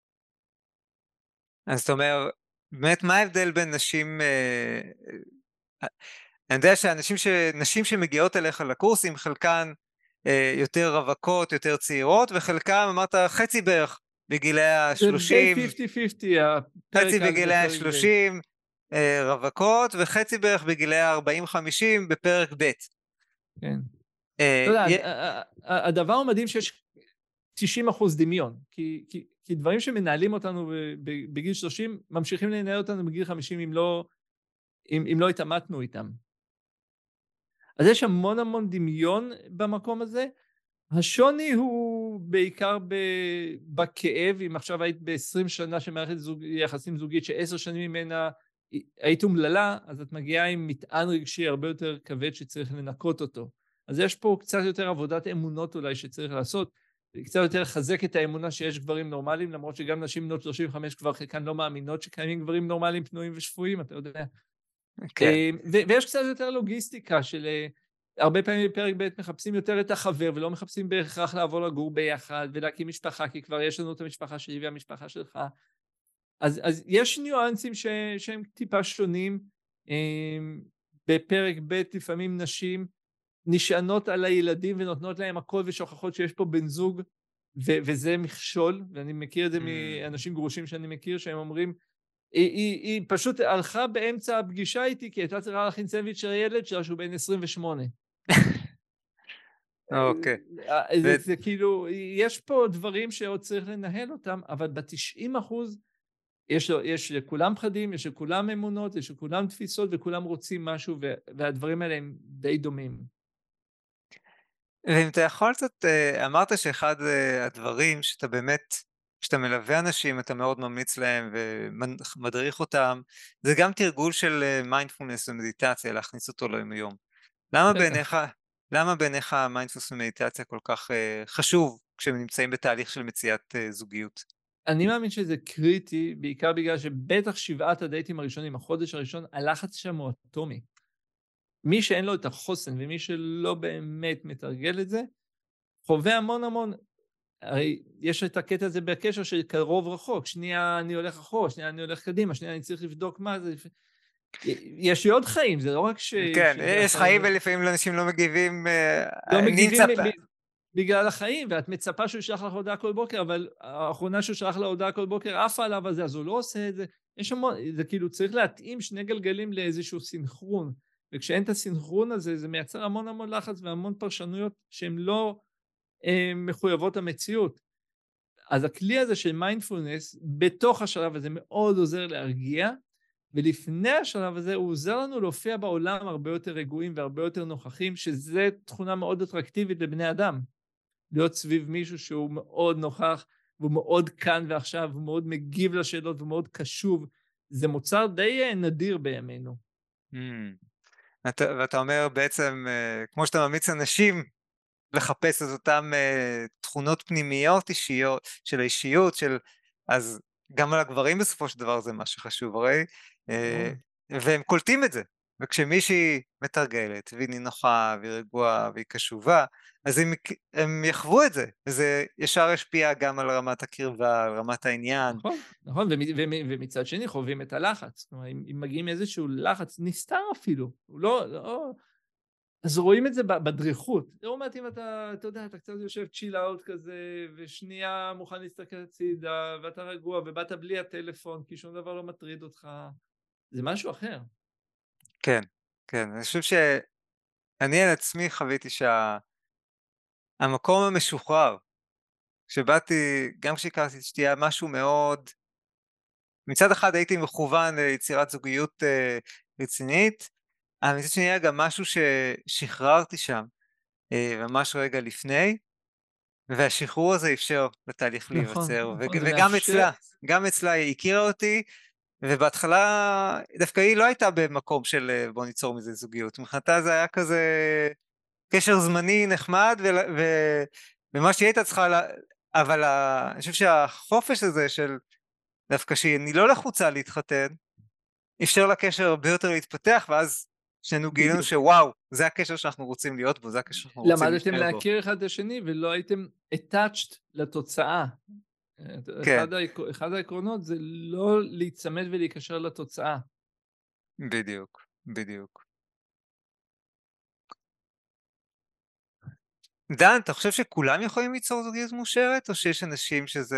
אז זאת אומרת, באמת מה ההבדל בין נשים, אה, אני יודע שאנשים ש... נשים שמגיעות אליך לקורסים, חלקן אה, יותר רווקות, יותר צעירות, וחלקם אמרת חצי בערך בגילי ה-שלושים, זה די חמישים חמישים, חצי בגילי ה-שלושים אה, רווקות, וחצי בערך בגילי ה-ארבעים חמישים בפרק ב'. כן. אה, אתה יודע, י... הדבר המדהים שיש תשעים אחוז דמיון, כי, כי, כי דברים שמנהלים אותנו בגיל שלושים, ממשיכים לנהל אותנו בגיל חמישים אם לא, אם, אם לא התאמתנו איתם. אז יש המון המון דמיון במקום הזה. השוני הוא בעיקר ב, בכאב. אם עכשיו היית ב-עשרים שנה שמערכת זוג, יחסים זוגית, ש-עשר שנים ממנה היית אומללה, אז את מגיעה עם מטען רגשי הרבה יותר כבד שצריך לנקות אותו. אז יש פה קצת יותר עבודת אמונות אולי שצריך לעשות, קצת יותר לחזק את האמונה שיש גברים נורמליים, למרות שגם נשים בנות שלושים וחמש כבר חלקן לא מאמינות שקיימים גברים נורמליים, פנויים ושפויים, אתה יודע. כן. ו- ויש קצת יותר לוגיסטיקה של הרבה פעמים בפרק ב' מחפשים יותר את החבר, ולא מחפשים בהכרח לעבור לגור ביחד ולהקים משפחה, כי כבר יש לנו את המשפחה שלי והמשפחה שלך. אז, אז יש ניואנסים ש- שהם טיפה שונים. בפרק ב' לפעמים נשים נשענות על הילדים ונותנות להם הכל ושוכחות שיש פה בן זוג, ו- וזה מכשול, ואני מכיר את זה מאנשים גרושים שאני מכיר, שהם אומרים, היא, היא, היא פשוט הלכה באמצע הפגישה איתי, כי הייתה צריכה להכין סנדוויץ' של הילד שלה שהוא בן עשרים ושמונה. אוקיי. זה, זה כאילו, יש פה דברים שעוד צריך לנהל אותם, אבל ב-תשעים אחוז יש, יש לכולם פחדים, יש לכולם אמונות, יש לכולם תפיסות, וכולם רוצים משהו, והדברים האלה הם די דומים. ואם אתה יכול קצת, אמרת שאחד הדברים שאתה באמת, כשאתה מלווה אנשים, אתה מאוד ממליץ להם ומדריך אותם, זה גם תרגול של מיינדפולנס ומדיטציה, להכניס אותו ליום יום. למה בעיניך, למה בעיניך מיינדפולנס ומדיטציה כל כך חשוב, כשהם נמצאים בתהליך של מציאת זוגיות? אני מאמין שזה קריטי, בעיקר בגלל שבטח שבעת הדייטים הראשונים, החודש הראשון, הלחץ שם הוא אטומי. מי שאין לו את החוסן ומי שלא באמת מתרגל את זה, חווה המון המון, הרי יש את הקטע הזה בקשר של קרוב רחוק, שנייה אני הולך אחורה, שנייה אני הולך קדימה, שנייה אני צריך לבדוק מה זה. יש לי עוד חיים, זה לא רק ש... כן, שזה יש חיים ולפעמים אנשים לא מגיבים, לא אני מגיבים מצפה. בגלל החיים, ואת מצפה שהוא ישלח לך הודעה כל בוקר, אבל האחרונה שהוא שלח לה הודעה כל בוקר עפה עליו על זה, אז הוא לא עושה את זה. יש המון, זה כאילו צריך להתאים שני גלגלים לאיזשהו סינכרון, וכשאין את הסינכרון הזה, זה מייצר המון המון לחץ והמון פרשנויות שהן לא אה, מחויבות המציאות. אז הכלי הזה של מיינדפולנס, בתוך השלב הזה מאוד עוזר להרגיע, ולפני השלב הזה הוא עוזר לנו להופיע בעולם הרבה יותר רגועים והרבה יותר נוכחים, שזה תכונה מאוד אטרקטיבית לבני אדם. להיות סביב מישהו שהוא מאוד נוכח, והוא מאוד כאן ועכשיו, והוא מאוד מגיב לשאלות, והוא מאוד קשוב. זה מוצר די נדיר בימינו. ואתה אומר בעצם, כמו שאתה ממליץ אנשים לחפש את אותם תכונות פנימיות אישיות, של האישיות, של... אז גם על הגברים בסופו של דבר זה מה שחשוב, הרי, והם קולטים את זה. וכשמישהי מתרגלת, והיא נינוחה, והיא רגועה, והיא קשובה, אז הם, הם יחוו את זה, וזה ישר השפיע גם על רמת הקרבה, על רמת העניין. נכון, נכון, ומצד שני חווים את הלחץ. כלומר, אם, אם מגיעים איזשהו לחץ, נסתר אפילו, הוא לא, לא... אז רואים את זה בדריכות. לעומת אם אתה, אתה יודע, אתה קצת יושב צ'יל אאוט כזה, ושנייה מוכן להסתכל הצידה, ואתה רגוע, ובאת בלי הטלפון, כי שום דבר לא מטריד אותך. זה משהו אחר. כן, כן. אני חושב שאני על עצמי חוויתי שהמקום המשוחרר, שבאתי, גם כשהכרתי את שתייה, משהו מאוד, מצד אחד הייתי מכוון ליצירת זוגיות uh, רצינית, אבל מצד שני היה גם משהו ששחררתי שם, uh, ממש רגע לפני, והשחרור הזה אפשר לתהליך נכון, להיווצר, נכון, ו- וגם מאפשר... אצלה, גם אצלה היא הכירה אותי, ובהתחלה דווקא היא לא הייתה במקום של בוא ניצור מזה זוגיות, מבחינתה זה היה כזה קשר זמני נחמד, ו- ו- ומה שהיא הייתה צריכה, לה... אבל ה... אני חושב שהחופש הזה של דווקא שאני לא לחוצה להתחתן, אפשר לקשר הרבה יותר להתפתח, ואז שנינו גילינו שוואו, זה הקשר שאנחנו רוצים להיות בו, זה הקשר שאנחנו רוצים להשתר בו. למדתם להכיר אחד את השני ולא הייתם attached לתוצאה. כן. אחד, העק... אחד העקרונות זה לא להצמד ולהיקשר לתוצאה. בדיוק, בדיוק. דן, אתה חושב שכולם יכולים ליצור זוגיות מאושרת, או שיש אנשים שזה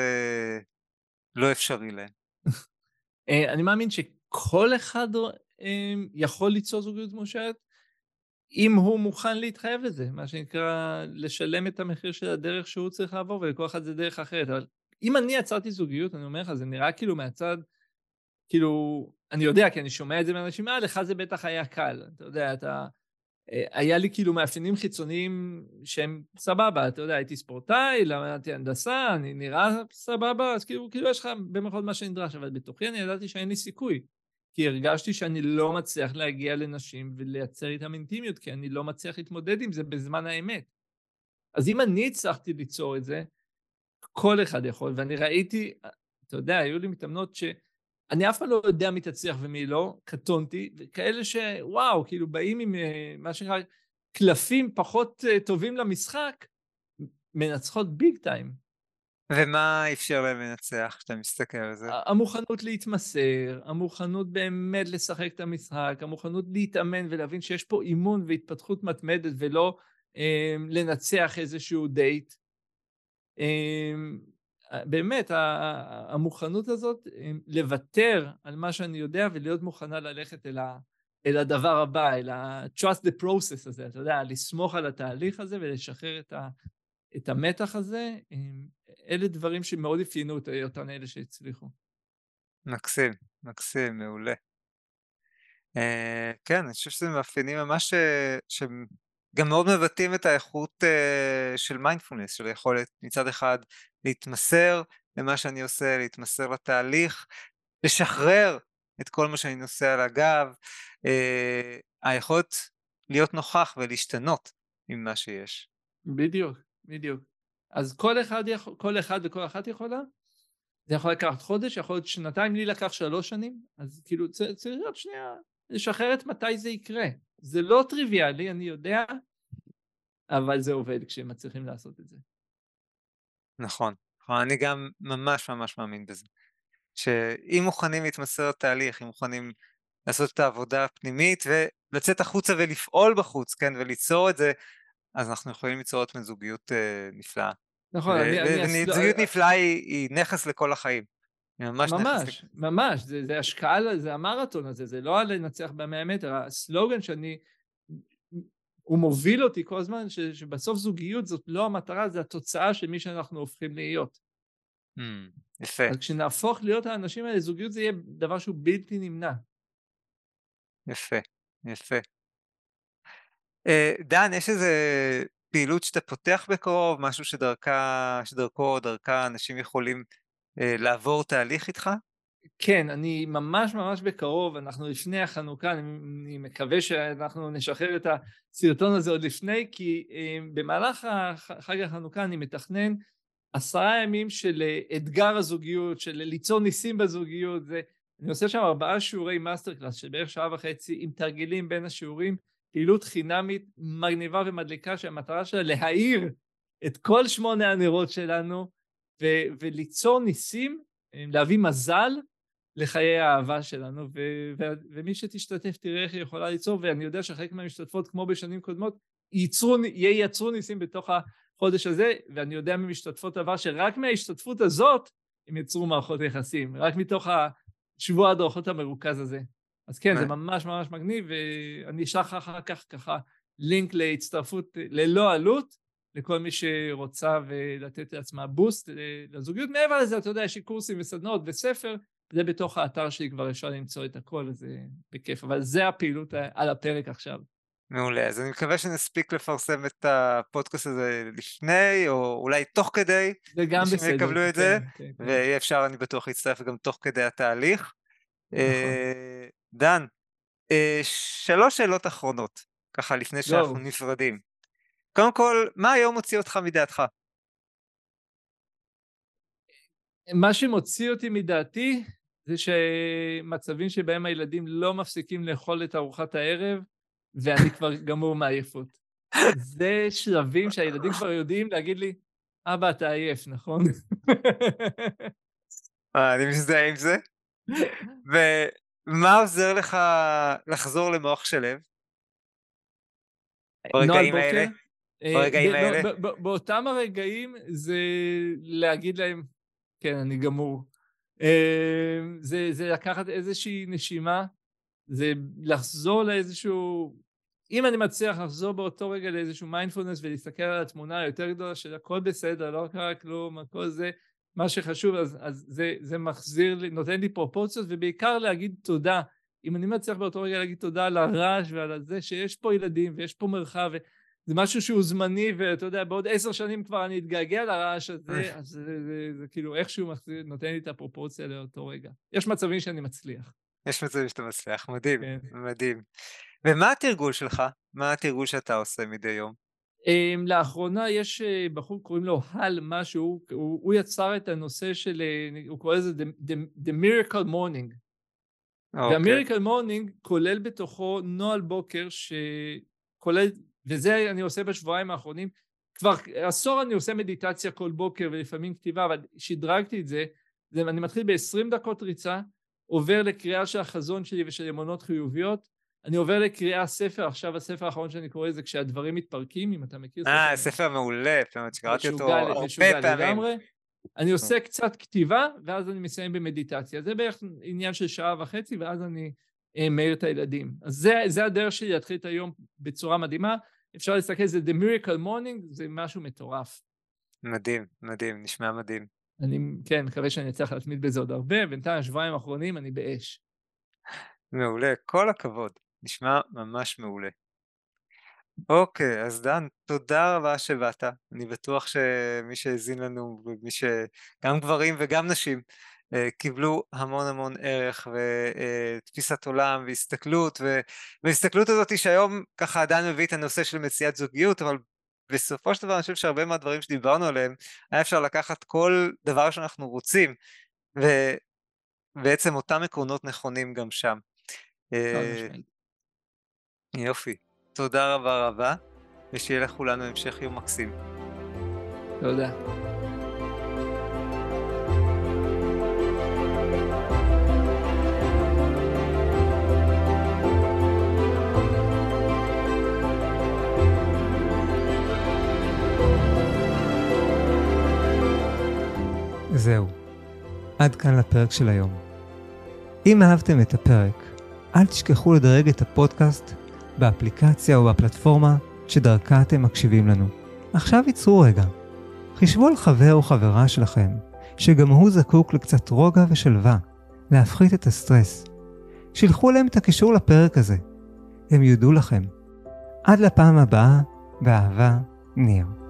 לא אפשרי להם? אני מאמין שכל אחד יכול ליצור זוגיות מאושרת, אם הוא מוכן להתחייב לזה, מה שנקרא לשלם את המחיר של הדרך שהוא צריך לעבור, ולכל אחד זה דרך אחרת. אבל אם אני יצרתי זוגיות, אני אומר לך, זה נראה כאילו מהצד, כאילו, אני יודע, כי אני שומע את זה מאנשים, אה, לך זה בטח היה קל. אתה יודע, אתה... היה לי כאילו מאפיינים חיצוניים שהם סבבה, אתה יודע, הייתי ספורטאי, למדתי הנדסה, אני נראה סבבה, אז כאילו, כאילו יש לך במחוד מה שנדרש, אבל בתוכי אני ידעתי שאין לי סיכוי, כי הרגשתי שאני לא מצליח להגיע לנשים ולייצר איתם אינטימיות, כי אני לא מצליח להתמודד עם זה בזמן האמת. אז אם אני הצלחתי ליצור את זה, כל אחד יכול, ואני ראיתי, אתה יודע, היו לי מתאמנות ש... אני אף פעם לא יודע מי תצליח ומי לא, קטונתי, וכאלה שוואו, כאילו באים עם מה שנקרא קלפים פחות טובים למשחק, מנצחות ביג טיים. ומה אפשר להם לנצח כשאתה מסתכל על זה? המוכנות להתמסר, המוכנות באמת לשחק את המשחק, המוכנות להתאמן ולהבין שיש פה אימון והתפתחות מתמדת, ולא אה, לנצח איזשהו דייט. אה, באמת, המוכנות הזאת, לוותר על מה שאני יודע, ולהיות מוכנה ללכת אל, ה, אל הדבר הבא, אל ה-trust the process הזה, אתה יודע, לסמוך על התהליך הזה, ולשחרר את, ה, את המתח הזה, אלה דברים שמאוד אפיינו אותן אלה שהצליחו. מקסים, מקסים, מעולה. Uh, כן, אני חושב שזה מאפיינים ממש שהם גם מאוד מבטאים את האיכות uh, של מיינדפולנס, של היכולת מצד אחד להתמסר למה שאני עושה, להתמסר לתהליך, לשחרר את כל מה שאני נושא על הגב, uh, היכולת להיות נוכח ולהשתנות עם מה שיש. בדיוק, בדיוק. אז כל אחד, יכול, כל אחד וכל אחת יכולה, זה יכול לקחת חודש, יכול להיות שנתיים, לי לקח שלוש שנים, אז כאילו צריך להיות שנייה, לשחרר את מתי זה יקרה. זה לא טריוויאלי, אני יודע, אבל זה עובד כשהם מצליחים לעשות את זה. נכון, אני גם ממש ממש מאמין בזה, שאם מוכנים להתמסר לתהליך, אם מוכנים לעשות את העבודה הפנימית ולצאת החוצה ולפעול בחוץ, כן, וליצור את זה, אז אנחנו יכולים ליצור את זוגיות uh, נפלאה. נכון, אני, אני הסל... וזוגיות נפלאה היא, היא נכס לכל החיים. היא ממש נכס ממש, לכל... ממש, זה, זה השקעה, זה המרתון הזה, זה לא לנצח במאה מטר, הסלוגן שאני, הוא מוביל אותי כל הזמן, ש, שבסוף זוגיות זאת לא המטרה, זה התוצאה של מי שאנחנו הופכים להיות. Hmm, יפה. אז כשנהפוך להיות האנשים האלה, זוגיות זה יהיה דבר שהוא בלתי נמנע. יפה, יפה. דן, יש איזה פעילות שאתה פותח בקרוב, משהו שדרכה, שדרכו או דרכה אנשים יכולים אה, לעבור תהליך איתך? כן, אני ממש ממש בקרוב, אנחנו לפני החנוכה, אני, אני מקווה שאנחנו נשחרר את הסרטון הזה עוד לפני, כי אה, במהלך חג החנוכה אני מתכנן עשרה ימים של אתגר הזוגיות, של ליצור ניסים בזוגיות, זה, אני עושה שם ארבעה שיעורי מאסטר קלאס של בערך שעה וחצי עם תרגילים בין השיעורים, פעילות חינמית מגניבה ומדליקה שהמטרה שלה להאיר את כל שמונה הנרות שלנו ו- וליצור ניסים, להביא מזל לחיי האהבה שלנו, ו- ו- ומי שתשתתף תראה איך היא יכולה ליצור, ואני יודע שחלק מהמשתתפות כמו בשנים קודמות ייצרו, ייצרו ניסים בתוך החודש הזה, ואני יודע ממשתתפות עבר שרק מההשתתפות הזאת הם יצרו מערכות יחסים, רק מתוך השבוע הדרכות המרוכז הזה. אז כן, זה ממש ממש מגניב, ואני אשלח אחר כך ככה לינק להצטרפות ללא עלות, לכל מי שרוצה ולתת לעצמה בוסט לזוגיות. מעבר לזה, אתה יודע, יש לי קורסים וסדנות וספר, זה בתוך האתר שלי כבר אפשר למצוא את הכל, אז זה בכיף, אבל זה הפעילות על הפרק עכשיו. מעולה, אז אני מקווה שנספיק לפרסם את הפודקאסט הזה לפני, או אולי תוך כדי, זה גם בסדר. אנשים יקבלו את כן, זה, כן, כן. ויהיה אפשר, אני בטוח, להצטרף גם תוך כדי התהליך. נכון. דן, שלוש שאלות אחרונות, ככה לפני שאנחנו נפרדים. קודם כל, מה היום מוציא אותך מדעתך? מה שמוציא אותי מדעתי, זה שמצבים שבהם הילדים לא מפסיקים לאכול את ארוחת הערב, ואני כבר גמור מעייפות. זה שלבים שהילדים כבר יודעים להגיד לי, אבא, אתה עייף, נכון? אני מזדהה עם זה. ומה עוזר לך לחזור למוח שלו? ברגעים האלה? ברגעים האלה? באותם הרגעים זה להגיד להם, כן, אני גמור. זה, זה לקחת איזושהי נשימה, זה לחזור לאיזשהו, אם אני מצליח לחזור באותו רגע לאיזשהו מיינדפולנס ולהסתכל על התמונה היותר גדולה של הכל בסדר, לא קרה כלום, הכל זה מה שחשוב, אז, אז זה, זה מחזיר לי, נותן לי פרופורציות, ובעיקר להגיד תודה. אם אני מצליח באותו רגע להגיד תודה על הרעש ועל זה שיש פה ילדים ויש פה מרחב, זה משהו שהוא זמני, ואתה יודע, בעוד עשר שנים כבר אני אתגעגע לרעש הזה, אז זה, זה, זה, זה כאילו איכשהו מחזיר, נותן לי את הפרופורציה לאותו רגע. יש מצבים שאני מצליח. יש מצבים שאתה מצליח, מדהים, כן. מדהים. ומה התרגול שלך? מה התרגול שאתה עושה מדי יום? Um, לאחרונה יש uh, בחור, קוראים לו הל משהו, הוא, הוא יצר את הנושא של, uh, הוא קורא לזה The, the, the Miracle Morning. Okay. וה-Miracle Morning כולל בתוכו נועל בוקר שכולל, וזה אני עושה בשבועיים האחרונים, כבר עשור אני עושה מדיטציה כל בוקר ולפעמים כתיבה, אבל שדרגתי את זה, זה אני מתחיל ב-עשרים דקות ריצה, עובר לקריאה של החזון שלי ושל אמונות חיוביות, אני עובר לקריאה ספר, עכשיו הספר האחרון שאני קורא זה כשהדברים מתפרקים, אם אתה מכיר. אה, ספר מעולה, שקראתי אותו הרבה פעמים. אני עושה קצת כתיבה, ואז אני מסיים במדיטציה. זה בערך עניין של שעה וחצי, ואז אני מאיר את הילדים. אז זה, זה הדרך שלי להתחיל את היום בצורה מדהימה. אפשר להסתכל, זה The Miracle Morning, זה משהו מטורף. מדהים, מדהים, נשמע מדהים. אני, כן, מקווה שאני אצליח להתמיד בזה עוד הרבה, בינתיים השבועיים האחרונים אני באש. מעולה, כל הכבוד. נשמע ממש מעולה. אוקיי, אז דן, תודה רבה שבאת. אני בטוח שמי שהזין לנו, ומי ש... גם גברים וגם נשים, קיבלו המון המון ערך ותפיסת עולם והסתכלות, והסתכלות הזאת שהיום ככה דן מביא את הנושא של מציאת זוגיות, אבל בסופו של דבר אני חושב שהרבה מהדברים שדיברנו עליהם, היה אפשר לקחת כל דבר שאנחנו רוצים, ובעצם אותם עקרונות נכונים גם שם. יופי. תודה רבה רבה, ושיהיה לכולנו המשך יום מקסים. תודה. זהו, עד כאן לפרק של היום. אם אהבתם את הפרק, אל תשכחו לדרג את הפודקאסט באפליקציה או בפלטפורמה שדרכה אתם מקשיבים לנו. עכשיו ייצרו רגע. חישבו על חבר או חברה שלכם, שגם הוא זקוק לקצת רוגע ושלווה, להפחית את הסטרס. שילחו להם את הקישור לפרק הזה. הם יודו לכם. עד לפעם הבאה, באהבה, ניר.